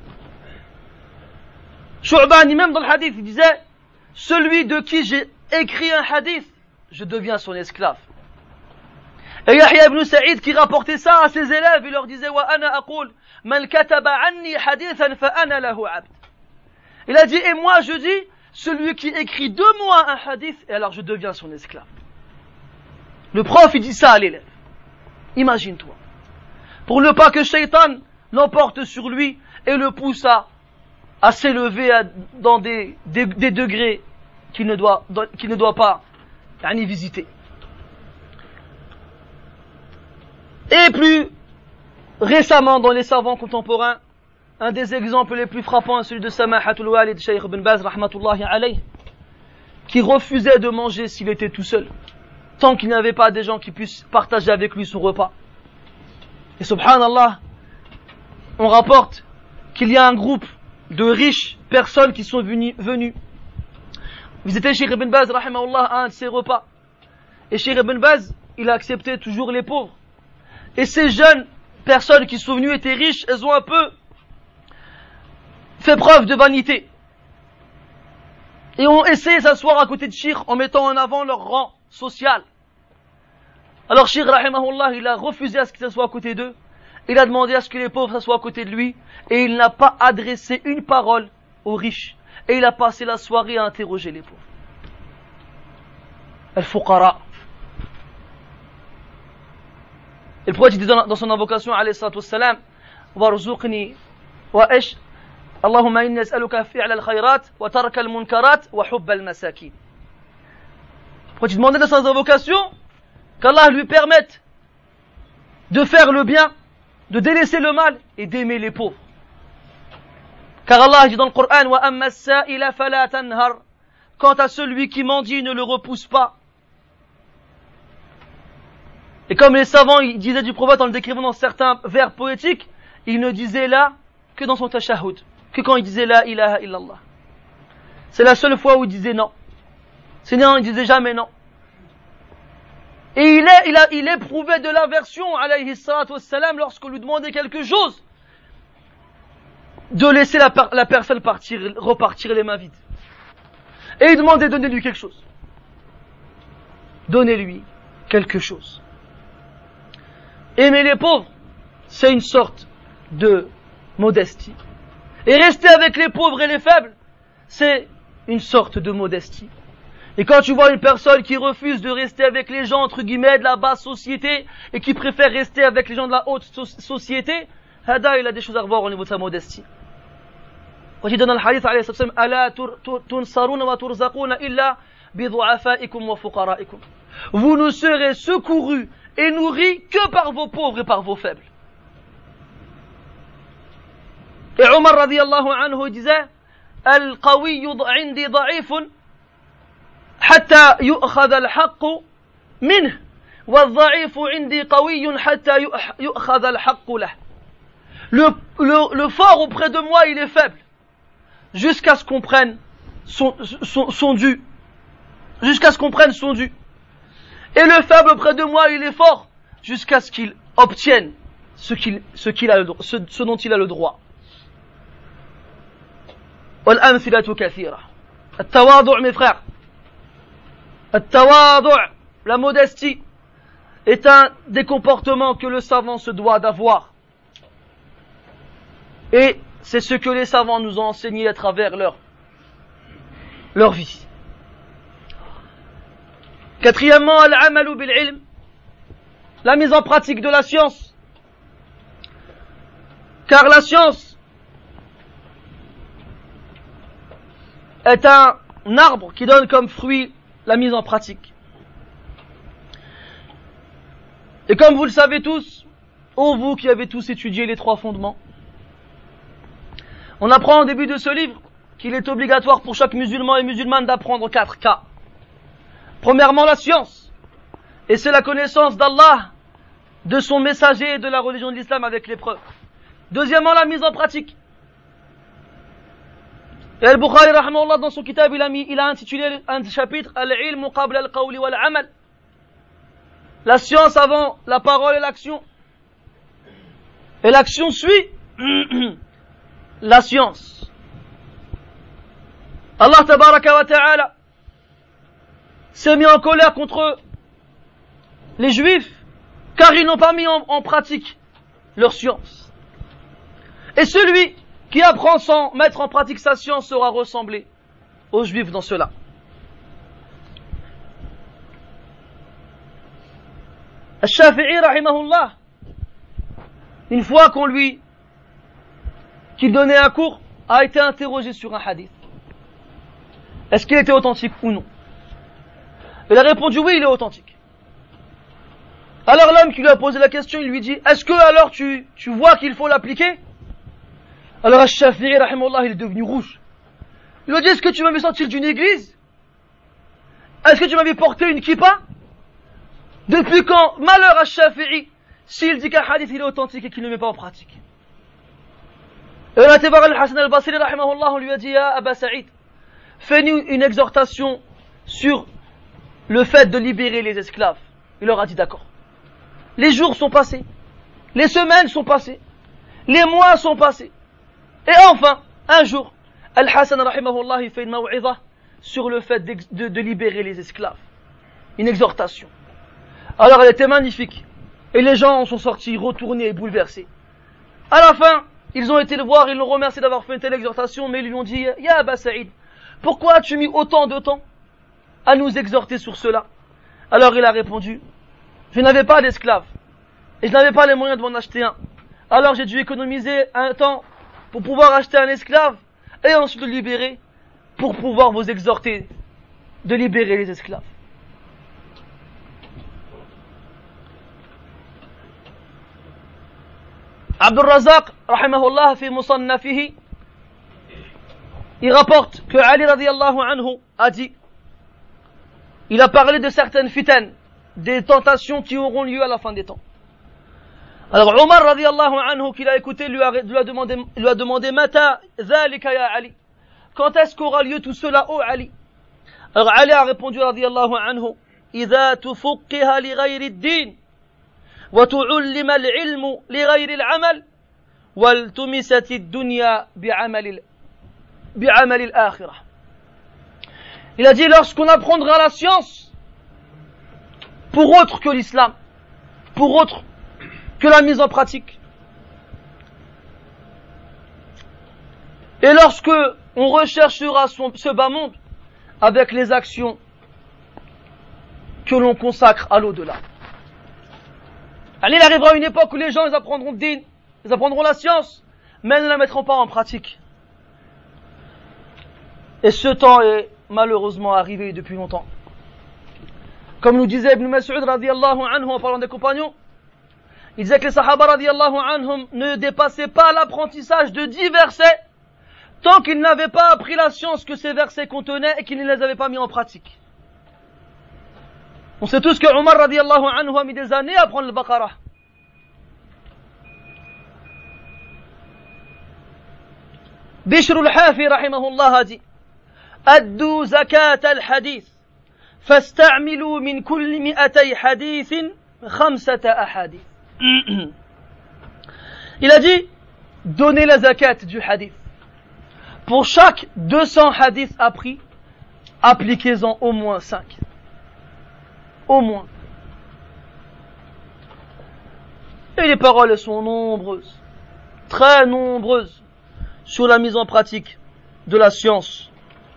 Shu'ba, même dans le hadith, il disait: celui de qui j'ai écrit un hadith, je deviens son esclave. Et Yahya ibn Sa'id qui rapportait ça à ses élèves, il leur disait: wa ana aqul man kataba anni hadithan fa ana lahu abd. Il a dit: et moi je dis, celui qui écrit de moi un hadith, et alors je deviens son esclave. Le prof il dit ça à l'élève. Imagine-toi. Pour ne pas que Shaitan l'emporte sur lui et le pousse à s'élever dans des degrés qu'il ne doit pas visiter. Et plus récemment, dans les savants contemporains, un des exemples les plus frappants est celui de Samahatul Walid, Shaykh ibn Baz, rahmatullahi alayh, qui refusait de manger s'il était tout seul, tant qu'il n'y avait pas des gens qui puissent partager avec lui son repas. Et subhanallah, on rapporte qu'il y a un groupe de riches personnes qui sont venues visiter Shaykh ibn Baz, rahimahullah, à un de ses repas. Et Shaykh ibn Baz, il a accepté toujours les pauvres. Et ces jeunes personnes qui sont venues étaient riches, elles ont un peu fait preuve de vanité. Et ont essayé de s'asseoir à côté de Shaykh en mettant en avant leur rang social. Alors Shaykh rahimahullah, il a refusé à ce qu'il s'assoie à côté d'eux. Il a demandé à ce que les pauvres s'assoient à côté de lui. Et il n'a pas adressé une parole aux riches. Et il a passé la soirée à interroger les pauvres. Al-Fuqara. Et le prophète dit dans son invocation, alayhi salatu wassalam: warzuqni wa ish Allahumma inni as'aluka fi'la al-khayrat wa tarka al-munkarat wa hubba al-masakin. Le prophète demandait dans son invocation qu'Allah lui permette de faire le bien, de délaisser le mal et d'aimer les pauvres. Car Allah dit dans le Coran: wa amma as-sa'ila fala tanhar. Quant à celui qui mendie, ne le repousse pas. Et comme les savants ils disaient du prophète en le décrivant dans certains vers poétiques, il ne disait là que dans son tashahhud, que quand il disait la ilaha illallah. C'est la seule fois où il disait non. Sinon il disait jamais non. Et il éprouvait de l'aversion, alayhi salatu wassalam, lorsqu'on lui demandait quelque chose, de laisser la personne repartir les mains vides. Et il demandait: donnez-lui quelque chose. Donnez-lui quelque chose. Aimer les pauvres, c'est une sorte de modestie. Et rester avec les pauvres et les faibles, c'est une sorte de modestie. Et quand tu vois une personne qui refuse de rester avec les gens, entre guillemets, de la basse société, et qui préfère rester avec les gens de la haute société, Hada, il a des choses à revoir au niveau de sa modestie. Quand il donne le hadith, alayhi sallam, Ala tunsaruna wa turzaquna illa bidu'afaikum wa fuqaraikum. Vous ne serez secourus et nourris que par vos pauvres et par vos faibles. Et Omar radiyallahu anhu disait, Al-qawiyyu indi da'ifun حتى يؤخذ الحق منه والضعيف عندي قوي حتى يؤخذ الحق له. Le fort auprès de moi, il est faible jusqu'à ce qu'on prenne son dû. Jusqu'à ce qu'on prenne son dû. Et le faible auprès de moi, il est fort jusqu'à ce qu'il obtienne ce dont il a le droit. والأمثلة كثيرة. التواضع mes frères. التواضع, la modestie, est un des comportements que le savant se doit d'avoir. Et c'est ce que les savants nous ont enseigné à travers leur vie. Quatrièmement, al-amalu bil-ilm, la mise en pratique de la science. Car la science est un arbre qui donne comme fruit la mise en pratique. Et comme vous le savez tous, ô vous qui avez tous étudié les 3 fondements, on apprend au début de ce livre qu'il est obligatoire pour chaque musulman et musulmane d'apprendre 4 cas. Premièrement, la science, et c'est la connaissance d'Allah, de son messager et de la religion de l'islam avec les preuves. Deuxièmement, la mise en pratique. Et Al-Bukhari, rahimahullah, dans son kitab, il a intitulé un chapitre Al-ilmu qabla al-qawli wal-amal. La science avant la parole et l'action. Et l'action suit la science. Allah tabaraka wa ta'ala s'est mis en colère contre les juifs car ils n'ont pas mis en pratique leur science. Et celui qui apprend sans mettre en pratique sa science sera ressemblé aux juifs dans cela. Al-Shafi'i rahimahullah, une fois qu'il donnait un cours, a été interrogé sur un hadith. Est-ce qu'il était authentique ou non? Il a répondu oui, il est authentique. Alors l'homme qui lui a posé la question, il lui dit, est-ce que alors tu vois qu'il faut l'appliquer? Alors Al-Shafi'i rahimahullah, il est devenu rouge. Il lui a dit, est-ce que tu m'as vu sortir d'une église? Est-ce que tu m'as vu porter une kippa? Depuis quand, malheur à Shafi'i, s'il dit qu'un hadith il est authentique et qu'il ne le met pas en pratique? Et on a été voir Al-Hasan al-Basri rahimahullah, on lui a dit, ya Aba Saïd, fais-nous une exhortation sur le fait de libérer les esclaves. Il leur a dit d'accord. Les jours sont passés, les semaines sont passées, les mois sont passés. Et enfin, un jour, Al-Hasan rahimahullah, il fait une maw'idha sur le fait de libérer les esclaves. Une exhortation. Alors elle était magnifique. Et les gens en sont sortis retournés et bouleversés. À la fin, ils ont été le voir, ils l'ont remercié d'avoir fait une telle exhortation, mais ils lui ont dit, Ya Aba Saïd, pourquoi as-tu mis autant de temps à nous exhorter sur cela? Alors il a répondu, je n'avais pas d'esclaves, et je n'avais pas les moyens de m'en acheter un. Alors j'ai dû économiser un temps pour pouvoir acheter un esclave, et ensuite le libérer, pour pouvoir vous exhorter de libérer les esclaves. Abdul Razak, rahimahullah, fi musannafihi, il rapporte que Ali radiyallahu anhu a dit, il a parlé de certaines fitanes, des tentations qui auront lieu à la fin des temps. Alors Omar radiyallahu anhu, qu'il a écouté, lui a demandé Mata dhalika ya Ali, quand est-ce qu'aura lieu tout cela, ô Ali? Alors Ali a répondu radiyallahu anhu, Idha tufukkiha li ghayri ad-din وتعلم العلم لغير العمل والتمست الدنيا بعمل الآخرة. Il a dit, lorsqu'on apprendra la science pour autre que l'islam, pour autre que la mise en pratique, Et lorsque on recherchera ce bas monde avec les actions que l'on consacre à l'au-delà. Allez, il arrivera une époque où les gens ils apprendront le din, ils apprendront la science, mais ils ne la mettront pas en pratique. Et ce temps est malheureusement arrivé depuis longtemps. Comme nous disait Ibn Mas'ud radiyallahu anhu en parlant des compagnons, il disait que les Sahaba radiyallahu anhum ne dépassaient pas l'apprentissage de 10 versets tant qu'ils n'avaient pas appris la science que ces versets contenaient et qu'ils ne les avaient pas mis en pratique. On sait tous que Omar radiyallahu anhu a mis des années à apprendre le Baqarah. Bishr al-Hafi rahimahullah a dit: Addu zakat al-hadith, fasta'milu min kulli mi'atay hadithin khamsata ahadith. Il a dit, donnez la zakat du hadith. Pour chaque 200 hadiths appris, appliquez-en au moins 5. Au moins. Et les paroles sont nombreuses, très nombreuses, sur la mise en pratique de la science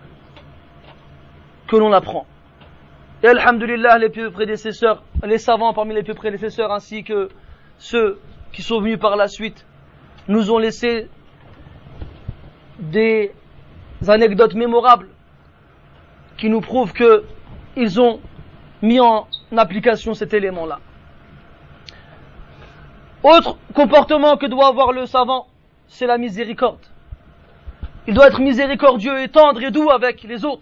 que l'on apprend. Et alhamdulillah, les plus prédécesseurs, les savants parmi les plus prédécesseurs ainsi que ceux qui sont venus par la suite nous ont laissé des anecdotes mémorables qui nous prouvent qu'ils ont mis en application cet élément-là. Autre comportement que doit avoir le savant, c'est la miséricorde. Il doit être miséricordieux et tendre et doux avec les autres.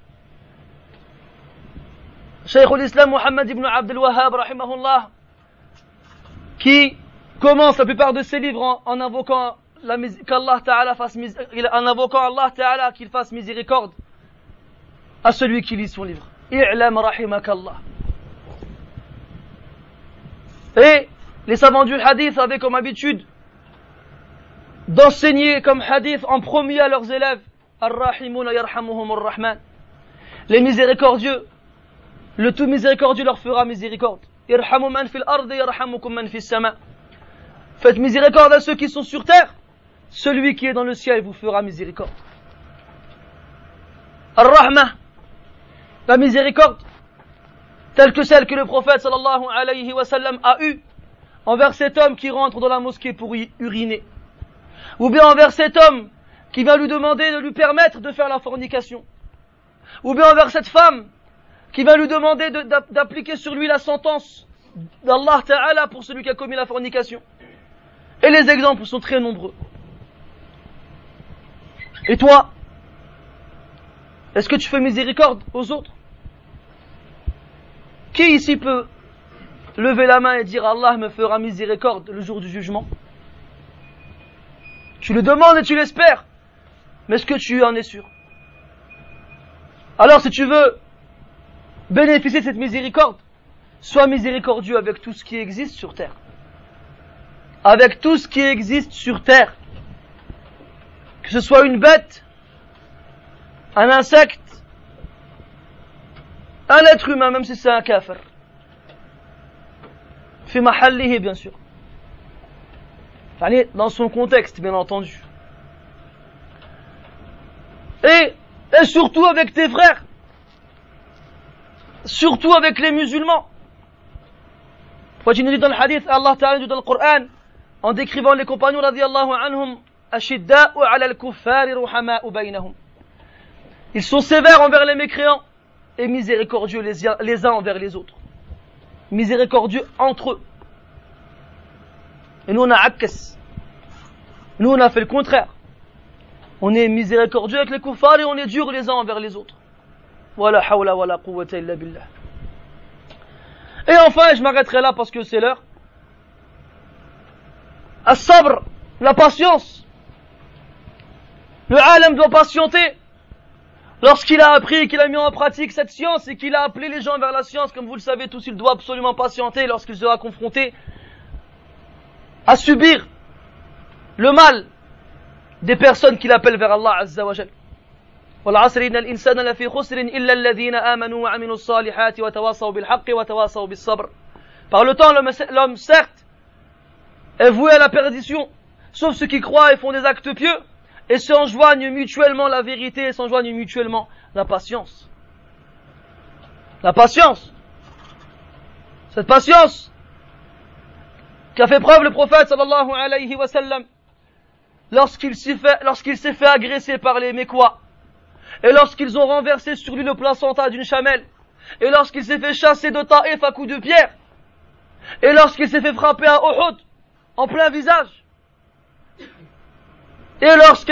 Cheikh al-Islam Muhammad ibn Abd al-Wahhab rahimahullah, qui commence la plupart de ses livres en invoquant qu'Allah Ta'ala en invoquant Allah Ta'ala qu'il fasse miséricorde à celui qui lit son livre. I'lam rahimakallah. Et les savants du hadith avaient comme habitude d'enseigner comme hadith en premier à leurs élèves: Ar-Rahimuna yarhamuhumur Rahman. Les miséricordieux, le tout miséricordieux leur fera miséricorde. Irhamu man fil ardi yarhamukum man fis sama. Faites miséricorde à ceux qui sont sur terre, celui qui est dans le ciel vous fera miséricorde. Ar-Rahma, la miséricorde, telle que celle que le prophète sallallahu alayhi wa sallam a eue envers cet homme qui rentre dans la mosquée pour y uriner, ou bien envers cet homme qui va lui demander de lui permettre de faire la fornication, ou bien envers cette femme qui va lui demander d'appliquer sur lui la sentence d'Allah Ta'ala pour celui qui a commis la fornication. Et les exemples sont très nombreux. Et toi, est-ce que tu fais miséricorde aux autres? Qui ici peut lever la main et dire Allah me fera miséricorde le jour du jugement? Tu le demandes et tu l'espères, mais est-ce que tu en es sûr? Alors si tu veux bénéficier de cette miséricorde, sois miséricordieux avec tout ce qui existe sur terre. Avec tout ce qui existe sur terre. Que ce soit une bête, un insecte, un être humain, même si c'est un kafir. Fi mahallihi, bien sûr. Dans son contexte, bien entendu. Et surtout avec tes frères. Surtout avec les musulmans. Quand il nous dit dans le hadith, Allah Ta'ala dit dans le Coran, en décrivant les compagnons radiyallahu anhum, ashidda'u ala al-kuffari ruhama'u baynahum. Ils sont sévères envers les mécréants et miséricordieux les uns envers les autres. Miséricordieux entre eux. Et nous on a akkas. Nous on a fait le contraire. On est miséricordieux avec les kuffars et on est dur les uns envers les autres. Wala hawla wala quwwata illa billah. Et enfin, je m'arrêterai là parce que c'est l'heure. As-sabr, la patience. Le alim doit patienter. Lorsqu'il a appris, qu'il a mis en pratique cette science et qu'il a appelé les gens vers la science, comme vous le savez tous, il doit absolument patienter lorsqu'il sera confronté à subir le mal des personnes qu'il appelle vers Allah Azza wa Jal. والعصر إن الإنسان لفي خسر إلا الذين آمنوا وعملوا الصالحات وتواصوا بالحق وتواصوا بالصبر. Par le temps, l'homme certes est voué à la perdition, sauf ceux qui croient et font des actes pieux et s'enjoignent mutuellement la vérité et s'enjoignent mutuellement la patience. La patience. Cette patience qu'a fait preuve le prophète sallallahu alayhi wa sallam lorsqu'il s'est fait agresser par les Mécois et lorsqu'ils ont renversé sur lui le placenta d'une chamelle et lorsqu'il s'est fait chasser de Taïf à coups de pierre et lorsqu'il s'est fait frapper à Uhud en plein visage et lorsque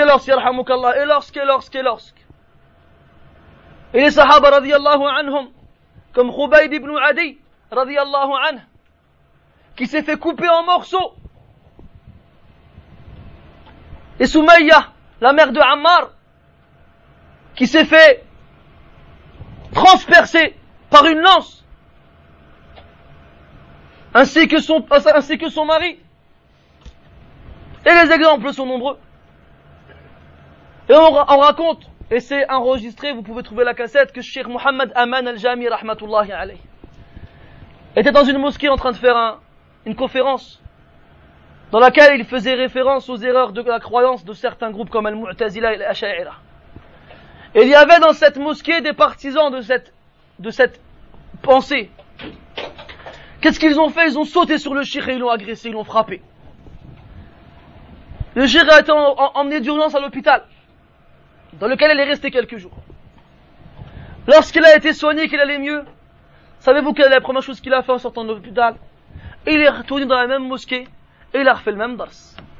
et les sahaba radiyallahu anhum comme Khubayb ibn Adi radiyallahu anhu qui s'est fait couper en morceaux et Soumaïa la mère de Ammar qui s'est fait transpercer par une lance ainsi que son mari. Et les exemples sont nombreux. Et on raconte, et c'est enregistré, vous pouvez trouver la cassette, que Cheikh Mohammed Aman al-Jami rahmatullahi alayhi était dans une mosquée en train de faire une conférence dans laquelle il faisait référence aux erreurs de la croyance de certains groupes comme Al-Mu'tazila et Al-Asha'ira. Et il y avait dans cette mosquée des partisans de cette pensée. Qu'est-ce qu'ils ont fait? Ils ont sauté sur le cheikh et ils l'ont agressé, ils l'ont frappé. Le cheikh a été emmené d'urgence à l'hôpital, dans lequel il est resté quelques jours. Lorsqu'il a été soigné, qu'il allait mieux, savez-vous quelle est la première chose qu'il a fait en sortant de l'hôpital? Il est retourné dans la même mosquée et il a refait le même dars.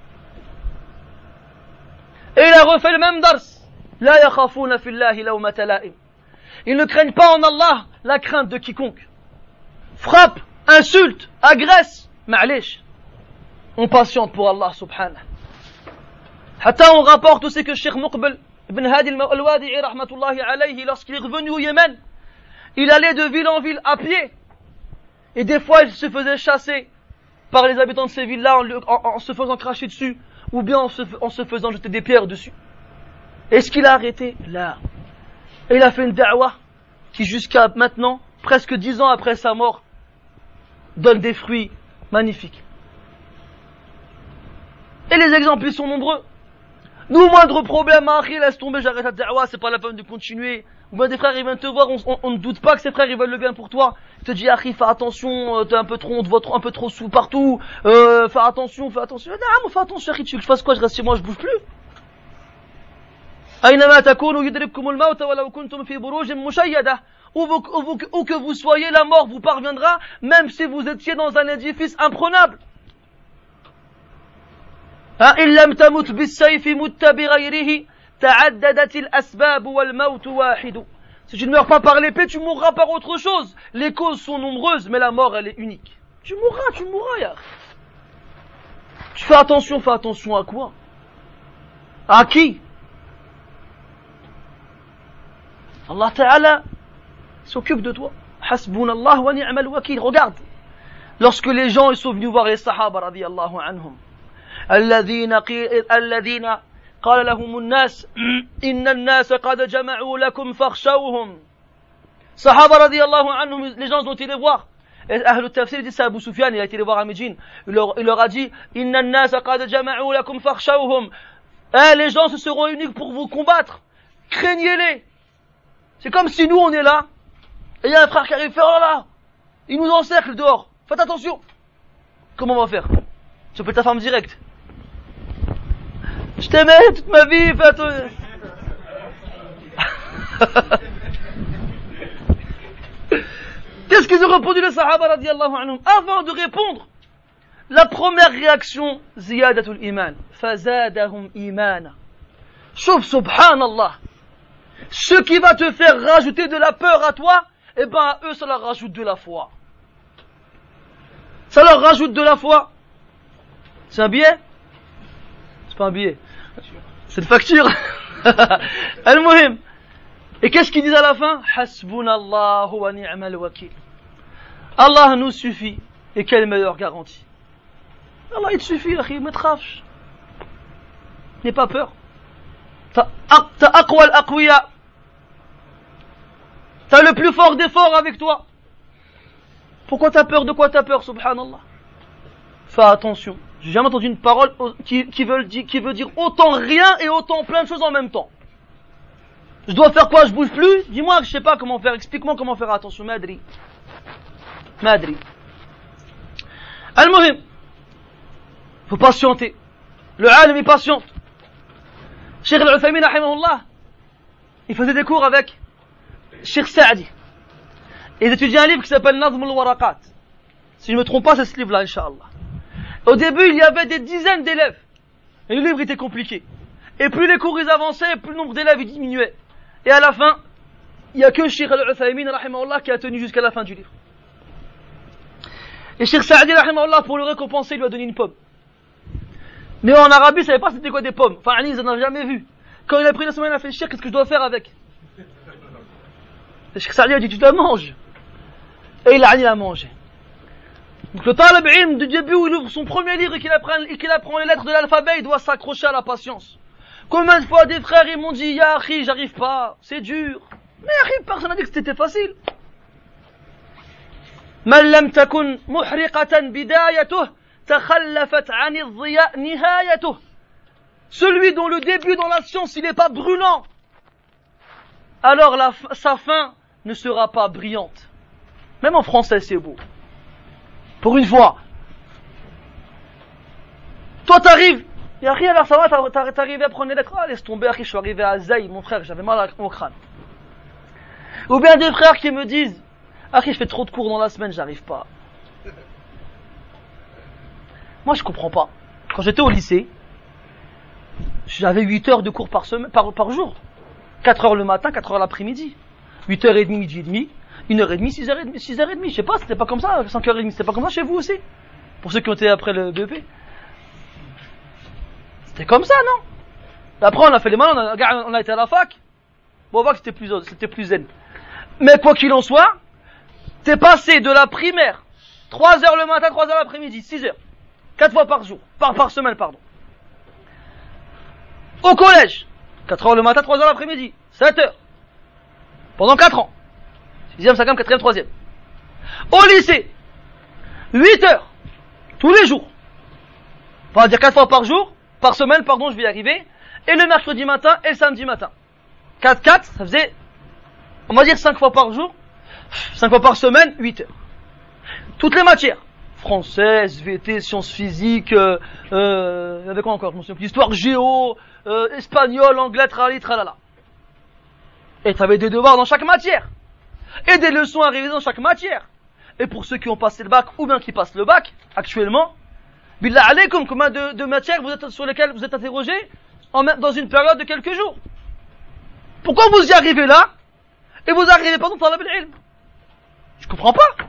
Et il a refait le même dars. La yakhafuna fillahi lawmata la'im. Ils ne craignent pas en Allah la crainte de quiconque. Frappe, insulte, agresse, ma'alish. On patiente pour Allah subhanahu. Hatta on rapporte aussi que Cheikh Muqbil ibn Hadi al-Wadi'i rahmatullahi alayhi, lorsqu'il est revenu au Yémen, il allait de ville en ville à pied. Et des fois, il se faisait chasser par les habitants de ces villes-là en se faisant cracher dessus, ou bien en se faisant jeter des pierres dessus. Est-ce qu'il a arrêté? Là. Et il a fait une da'wah qui jusqu'à maintenant, presque 10 ans après sa mort, donne des fruits magnifiques. Et les exemples, ils sont nombreux. Nous, moindre problème, laisse tomber, j'arrête la da'wah, c'est pas la peine de continuer. Ou bien des frères, ils viennent te voir, on ne doute pas que ces frères, ils veulent le bien pour toi. Ils te disent, Akhi, fais attention, t'es un peu trop, on te voit un peu trop sous partout, fais attention. Non, fais attention, Akhi, tu veux que je fasse quoi? Je reste chez moi, je bouge plus. أينما تكونوا يدرككم الموت ولو كنتم في بروج مشيدة. Où que vous soyez, la mort vous parviendra, même si vous étiez dans un édifice imprenable. إن لم تمت بالسيف مت بغيره تعددت الأسباب والموت واحد. Si tu ne meurs pas par l'épée, tu mourras par autre chose. Les causes sont nombreuses, mais la mort, elle est unique. Tu mourras, ya. Tu fais attention à quoi? À qui? Allah Ta'ala s'occupe de toi. Hasbunallah wa ni'mal wakil. Regarde. Lorsque les gens ils sont venus voir les Sahaba radiyallahu anhum. الذين قال لهم الناس إن الناس قد جمعوا لكم فاخشوهم. Sahaba radiyallahu anhum, les gens ont été les voir. Et Ahl al-Tafsir dit ça, Abu Sufyan, il a été les voir à Médine. Il leur a dit إن الناس قد جمعوا لكم فاخشوهم. Les gens se seront réunis pour vous combattre. Craignez-les. C'est comme si nous on est là, et il y a un frère qui arrive, fait oh là là, il nous encercle dehors, faites attention. Comment on va faire? Tu appelles ta femme direct. Je t'aimais toute ma vie, fais attention. Qu'est-ce qu'ils ont répondu les Sahaba radiyallahu anhum? Avant de répondre, la première réaction, ziyadatul iman, fazadahum imana. Sauf subhanallah. Ce qui va te faire rajouter de la peur à toi, eh ben à eux ça leur rajoute de la foi. Ça leur rajoute de la foi. C'est un billet? C'est pas un billet. C'est une facture. Al-Muhim. Et qu'est-ce qu'ils disent à la fin? Hasbunallahu wa ni'mal wakil. Allah nous suffit. Et quelle meilleure garantie? Allah il te suffit, akhi, ma tkhafsh. N'aie pas peur. T'as aqwa al-aqwiya. T'as le plus fort des forts avec toi. Pourquoi t'as peur? De quoi t'as peur, subhanallah? Fais attention. J'ai jamais entendu une parole qui veut dire autant rien et autant plein de choses en même temps. Je dois faire quoi? Je bouge plus? Dis-moi, je sais pas comment faire. Explique-moi comment faire. Attention, Madri. Al-Muhim. Faut patienter. Le alim est patiente. Cheikh Al-Uthaymin, rahimahullah, il faisait des cours avec Cheikh Saadi. Et ils étudiaient un livre qui s'appelle Nazm al-Waraqat. Si je ne me trompe pas, c'est ce livre-là, Inch'Allah. Au début, il y avait des dizaines d'élèves. Et le livre était compliqué. Et plus les cours ils avançaient, plus le nombre d'élèves il diminuait. Et à la fin, il n'y a que Cheikh Al-Uthaymin, rahimahullah, qui a tenu jusqu'à la fin du livre. Et Cheikh Saadi, rahimahullah, pour le récompenser, il lui a donné une pomme. Mais en Arabie, il ne savait pas c'était quoi des pommes. Enfin, Ali, ils n'en avaient jamais vu. Quand il a pris la semaine, il a fait Cheikh, qu'est-ce que je dois faire avec? Et Cheikh Saadi a dit, tu la manges. Et il a mangé. Donc le talib ilm, du début où il ouvre son premier livre et qu'il apprend les lettres de l'alphabet, il doit s'accrocher à la patience. Combien de fois des frères ils m'ont dit, ya akhi, j'arrive pas, c'est dur. Mais akhi, personne n'a dit que c'était facile. Man lam takun muhriqatan bidayatuh, takhallafat 'ani adh-dhiya nihayatuh. Celui dont le début dans la science il n'est pas brûlant, alors sa fin ne sera pas brillante. Même en français c'est beau. Pour une fois. Toi t'arrives, et Akhi, alors ça va, t'es arrivé à prendre les lettres. Ah, laisse tomber, Akhi, je suis arrivé à Zaï, mon frère, j'avais mal au crâne. Ou bien des frères qui me disent, Akhi, je fais trop de cours dans la semaine, j'arrive pas. Moi, je comprends pas. Quand j'étais au lycée, j'avais 8 heures de cours par jour. 4 heures le matin, 4 heures l'après-midi. 8h30, midi et demi. 1h30, 6h30, je sais pas, c'était pas comme ça, 5h30, c'était pas comme ça chez vous aussi? Pour ceux qui ont été après le BP. C'était comme ça, non? Après, on a fait les malins, on a été à la fac. Bon, on voit que c'était plus zen. Mais quoi qu'il en soit, t'es passé de la primaire, 3h le matin, 3h l'après-midi, 6h. 4 fois par jour, par semaine, pardon. Au collège, 4h le matin, 3h l'après-midi, 7h. Pendant 4 ans. 6e, 5e, 4e, 3e. Au lycée, 8 heures, tous les jours. On va dire 4 fois par semaine, je vais y arriver. Et le mercredi matin et le samedi matin. 4, ça faisait, on va dire 5 fois par jour, 5 fois par semaine, 8 heures. Toutes les matières. Française, VT, sciences physiques, avec quoi encore, je me souviens plus, histoire géo, espagnol, anglais, tralala. Et tu avais des devoirs dans chaque matière. Et des leçons à réviser dans chaque matière. Et pour ceux qui ont passé le bac ou bien qui passent le bac, actuellement, billah alaykum, combien de matières sur lesquelles vous êtes interrogés dans une période de quelques jours? Pourquoi vous y arrivez là et vous arrivez pas dans talab al-ilm? Je comprends pas.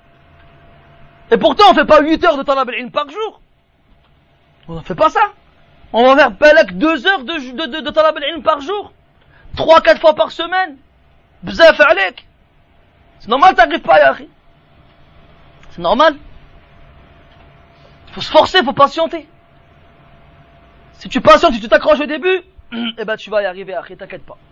Et pourtant on fait pas 8 heures de talab al-ilm par jour. On ne fait pas ça. On va faire balak 2 heures de talab al-ilm par jour. 3-4 fois par semaine. Bzaf alek. C'est normal, t'arrives pas, ya akhi. C'est normal. Faut se forcer, faut patienter. Si tu patientes, si tu t'accroches au début, eh ben tu vas y arriver, akhi, t'inquiète pas.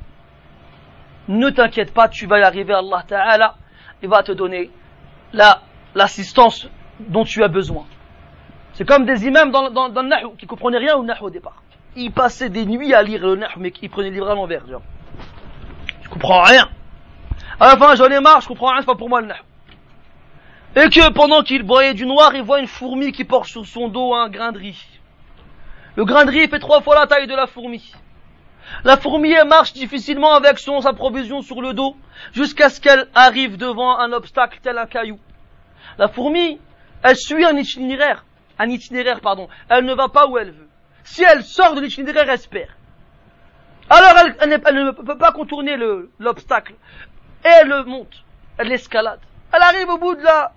Ne t'inquiète pas, tu vas y arriver, Allah Ta'ala, il va te donner l'assistance dont tu as besoin. C'est comme des imams dans le Nahu, qui comprenaient rien au Nahu au départ. Ils passaient des nuits à lire le Nahu, mais ils prenaient le livre à l'envers, genre. Je comprends rien. À la fin, j'en ai marre, je comprends rien, c'est pas pour moi le Nahu. Et que pendant qu'il voyait du noir, il voit une fourmi qui porte sur son dos un grain de riz. Le grain de riz fait 3 fois la taille de la fourmi. La fourmi, elle marche difficilement avec sa provision sur le dos, jusqu'à ce qu'elle arrive devant un obstacle tel un caillou. La fourmi, elle suit un itinéraire, elle ne va pas où elle veut. Si elle sort de l'itinéraire, elle se perd. Alors elle ne peut pas contourner l'obstacle. Et elle le monte, elle l'escalade. Elle arrive au bout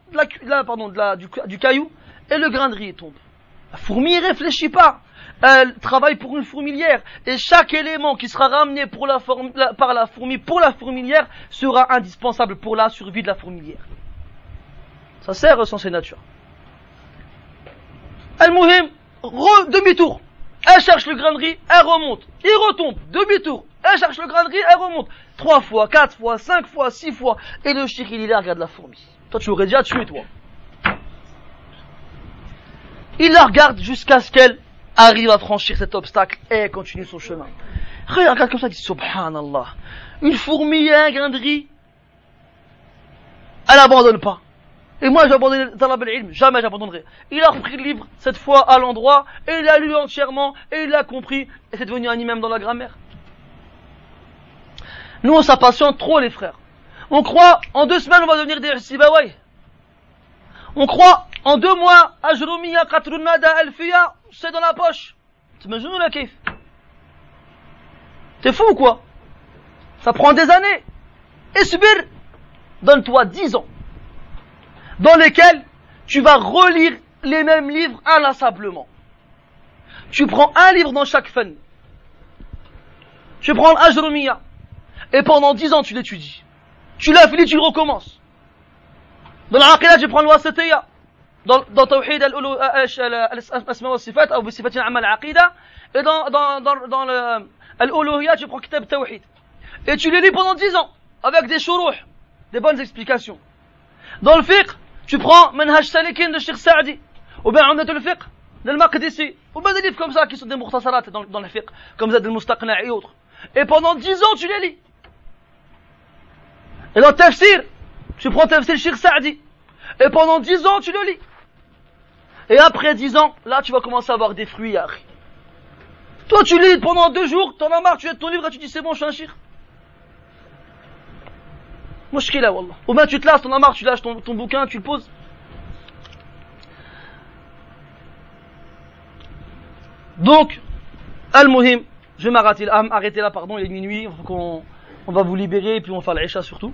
du caillou, et le grain de riz tombe. La fourmi ne réfléchit pas. Elle travaille pour une fourmilière. Et chaque élément qui sera ramené par la fourmi pour la fourmilière sera indispensable pour la survie de la fourmilière. Ça sert sans ses natures. Al-Muhim, demi-tour. Elle cherche le grain de riz, elle remonte. Il retombe, demi-tour. Elle cherche le grain de riz, elle remonte. 3 fois, 4 fois, 5 fois, 6 fois. Et le cheikh, il est là, regarde la fourmi. Toi, tu aurais déjà tué, toi. Il la regarde jusqu'à ce qu'elle arrive à franchir cet obstacle et elle continue son chemin. Regarde comme ça, il dit subhanallah. Une fourmi à un grain de riz, elle abandonne pas. Et moi j'ai abandonné Talab al-Ilm, jamais j'abandonnerai. Il a repris le livre, cette fois à l'endroit, et il l'a lu entièrement, et il l'a compris, et c'est devenu un imam dans la grammaire. Nous on s'impatiente trop les frères. On croit, en 2 semaines on va devenir des Sibawai. On croit, en 2 mois, Ajrumiya, Qatrunada, Alfiya, c'est dans la poche. T'imagines la kiff? T'es fou ou quoi? Ça prend des années. Et subir, donne-toi 10 ans. Dans lesquels tu vas relire les mêmes livres inlassablement. Tu prends un livre dans chaque fan. Tu prends l'Ajrumiya. Et pendant 10 ans tu l'étudies. Tu l'as fini, tu le recommences. Dans l'Aqidah, tu prends le Wasatiyya. Dans Tawhid al-Asma wa Sifat, ou Sifatin Amal Aqidah. Et dans l'Uluhiyya, tu prends Kitab Tawhid. Et tu les lis pendant 10 ans. Avec des shuruh, des bonnes explications. Dans le fiqh, tu prends Manhaj Salikin de Sheikh Sa'di. Ou bien Umdat al-Fiqh de Al-Maqdisi. Ou bien des livres comme ça qui sont des mukhtasarat dans le fiqh. Comme Zad al-Mustaqna' et autres. Et pendant 10 ans, tu les lis. Et dans le tafsir, tu prends tafsir Sheikh Sa'di. Et pendant 10 ans, tu le lis. Et après 10 ans, là, tu vas commencer à avoir des fruits, Yahri. Toi, tu lis pendant 2 jours, t'en as marre, tu jettes ton livre et tu dis c'est bon, je suis un shir. Mouchkila, wallah. Ou bien tu te lasses, t'en as marre, tu lâches ton bouquin, tu le poses. Donc, Al-Muhim, je vais arrêter là, pardon, il est minuit, on va vous libérer et puis on va faire l'Isha surtout.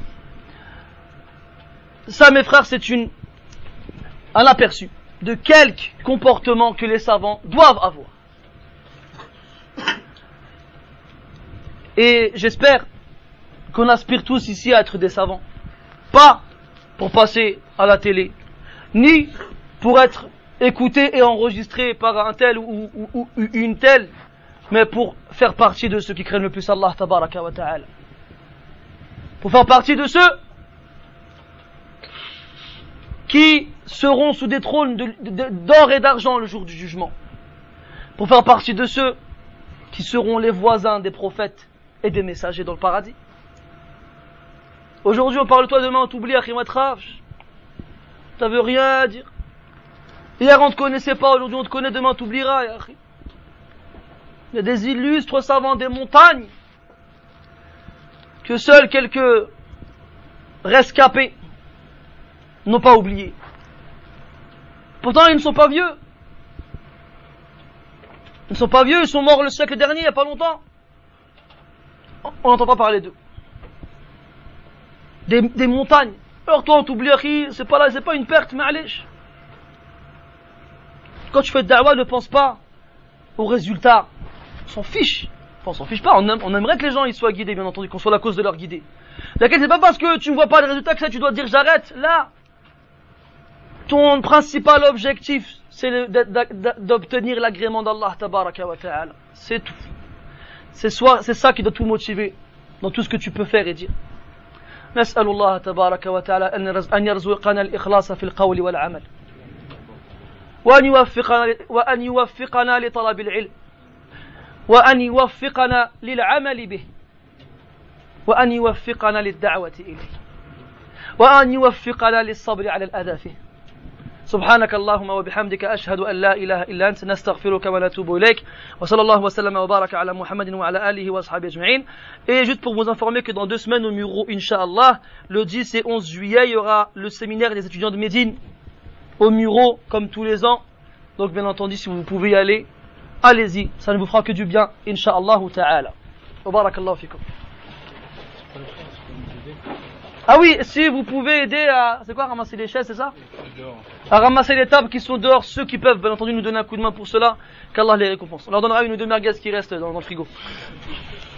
Ça, mes frères, c'est un aperçu de quelques comportements que les savants doivent avoir. Et j'espère qu'on aspire tous ici à être des savants. Pas pour passer à la télé, ni pour être écouté et enregistré par un tel ou une telle, mais pour faire partie de ceux qui craignent le plus Allah tabaraka wa ta'ala. Pour faire partie de ceux qui seront sous des trônes d'or et d'argent le jour du jugement. Pour faire partie de ceux qui seront les voisins des prophètes et des messagers dans le paradis. Aujourd'hui on parle de toi, demain on t'oublie, t'avais rien à dire. Hier on te connaissait pas, aujourd'hui on te connaît, demain on t'oubliera. Il y a des illustres savants des montagnes que seuls quelques rescapés n'ont pas oublié. Pourtant ils ne sont pas vieux. Ils ne sont pas vieux, ils sont morts le siècle dernier, il n'y a pas longtemps. On n'entend pas parler d'eux. Des montagnes. Alors toi on t'oublie, c'est pas une perte, mais allez. Quand tu fais de da'wah, ne pense pas aux résultats. On s'en fiche. Enfin, on s'en fiche pas, on aimerait que les gens ils soient guidés, bien entendu, qu'on soit la cause de leur guider. Laquelle c'est pas parce que tu ne vois pas les résultats que ça tu dois dire j'arrête. Là, ton principal objectif, c'est d'obtenir l'agrément d'Allah tabaraka wa ta'ala. C'est tout. C'est ça qui doit tout motiver dans tout ce que tu peux faire et dire. نسأل الله تبارك وتعالى أن يرزقنا الإخلاص في القول والعمل وأن يوفقنا لطلب العلم وأن يوفقنا للعمل به وأن يوفقنا للدعوة إليه وأن يوفقنا للصبر على الأذى فيه سبحانك اللهم وبحمدك أشهد أن لا إله إلا أنت نستغفرك ونتوب إليك وصلى الله وسلم وبارك على محمد وعلى آله وأصحابه أجمعين. Et juste pour vous informer que dans 2 semaines au Muro, Inch'Allah, le 10 et 11 juillet, il y aura le séminaire des étudiants de Médine au Muro, comme tous les ans. Donc bien entendu, si vous pouvez y aller, allez-y, ça ne vous fera que du bien, Inch'Allah ta'ala. Wa barakallahu fikum. Ah oui, si vous pouvez aider à, c'est quoi, ramasser les chaises, c'est ça? À ramasser les tables qui sont dehors, ceux qui peuvent, bien entendu, nous donner un coup de main pour cela, qu'Allah les récompense. On leur donnera 1 ou 2 merguez qui restent dans le frigo.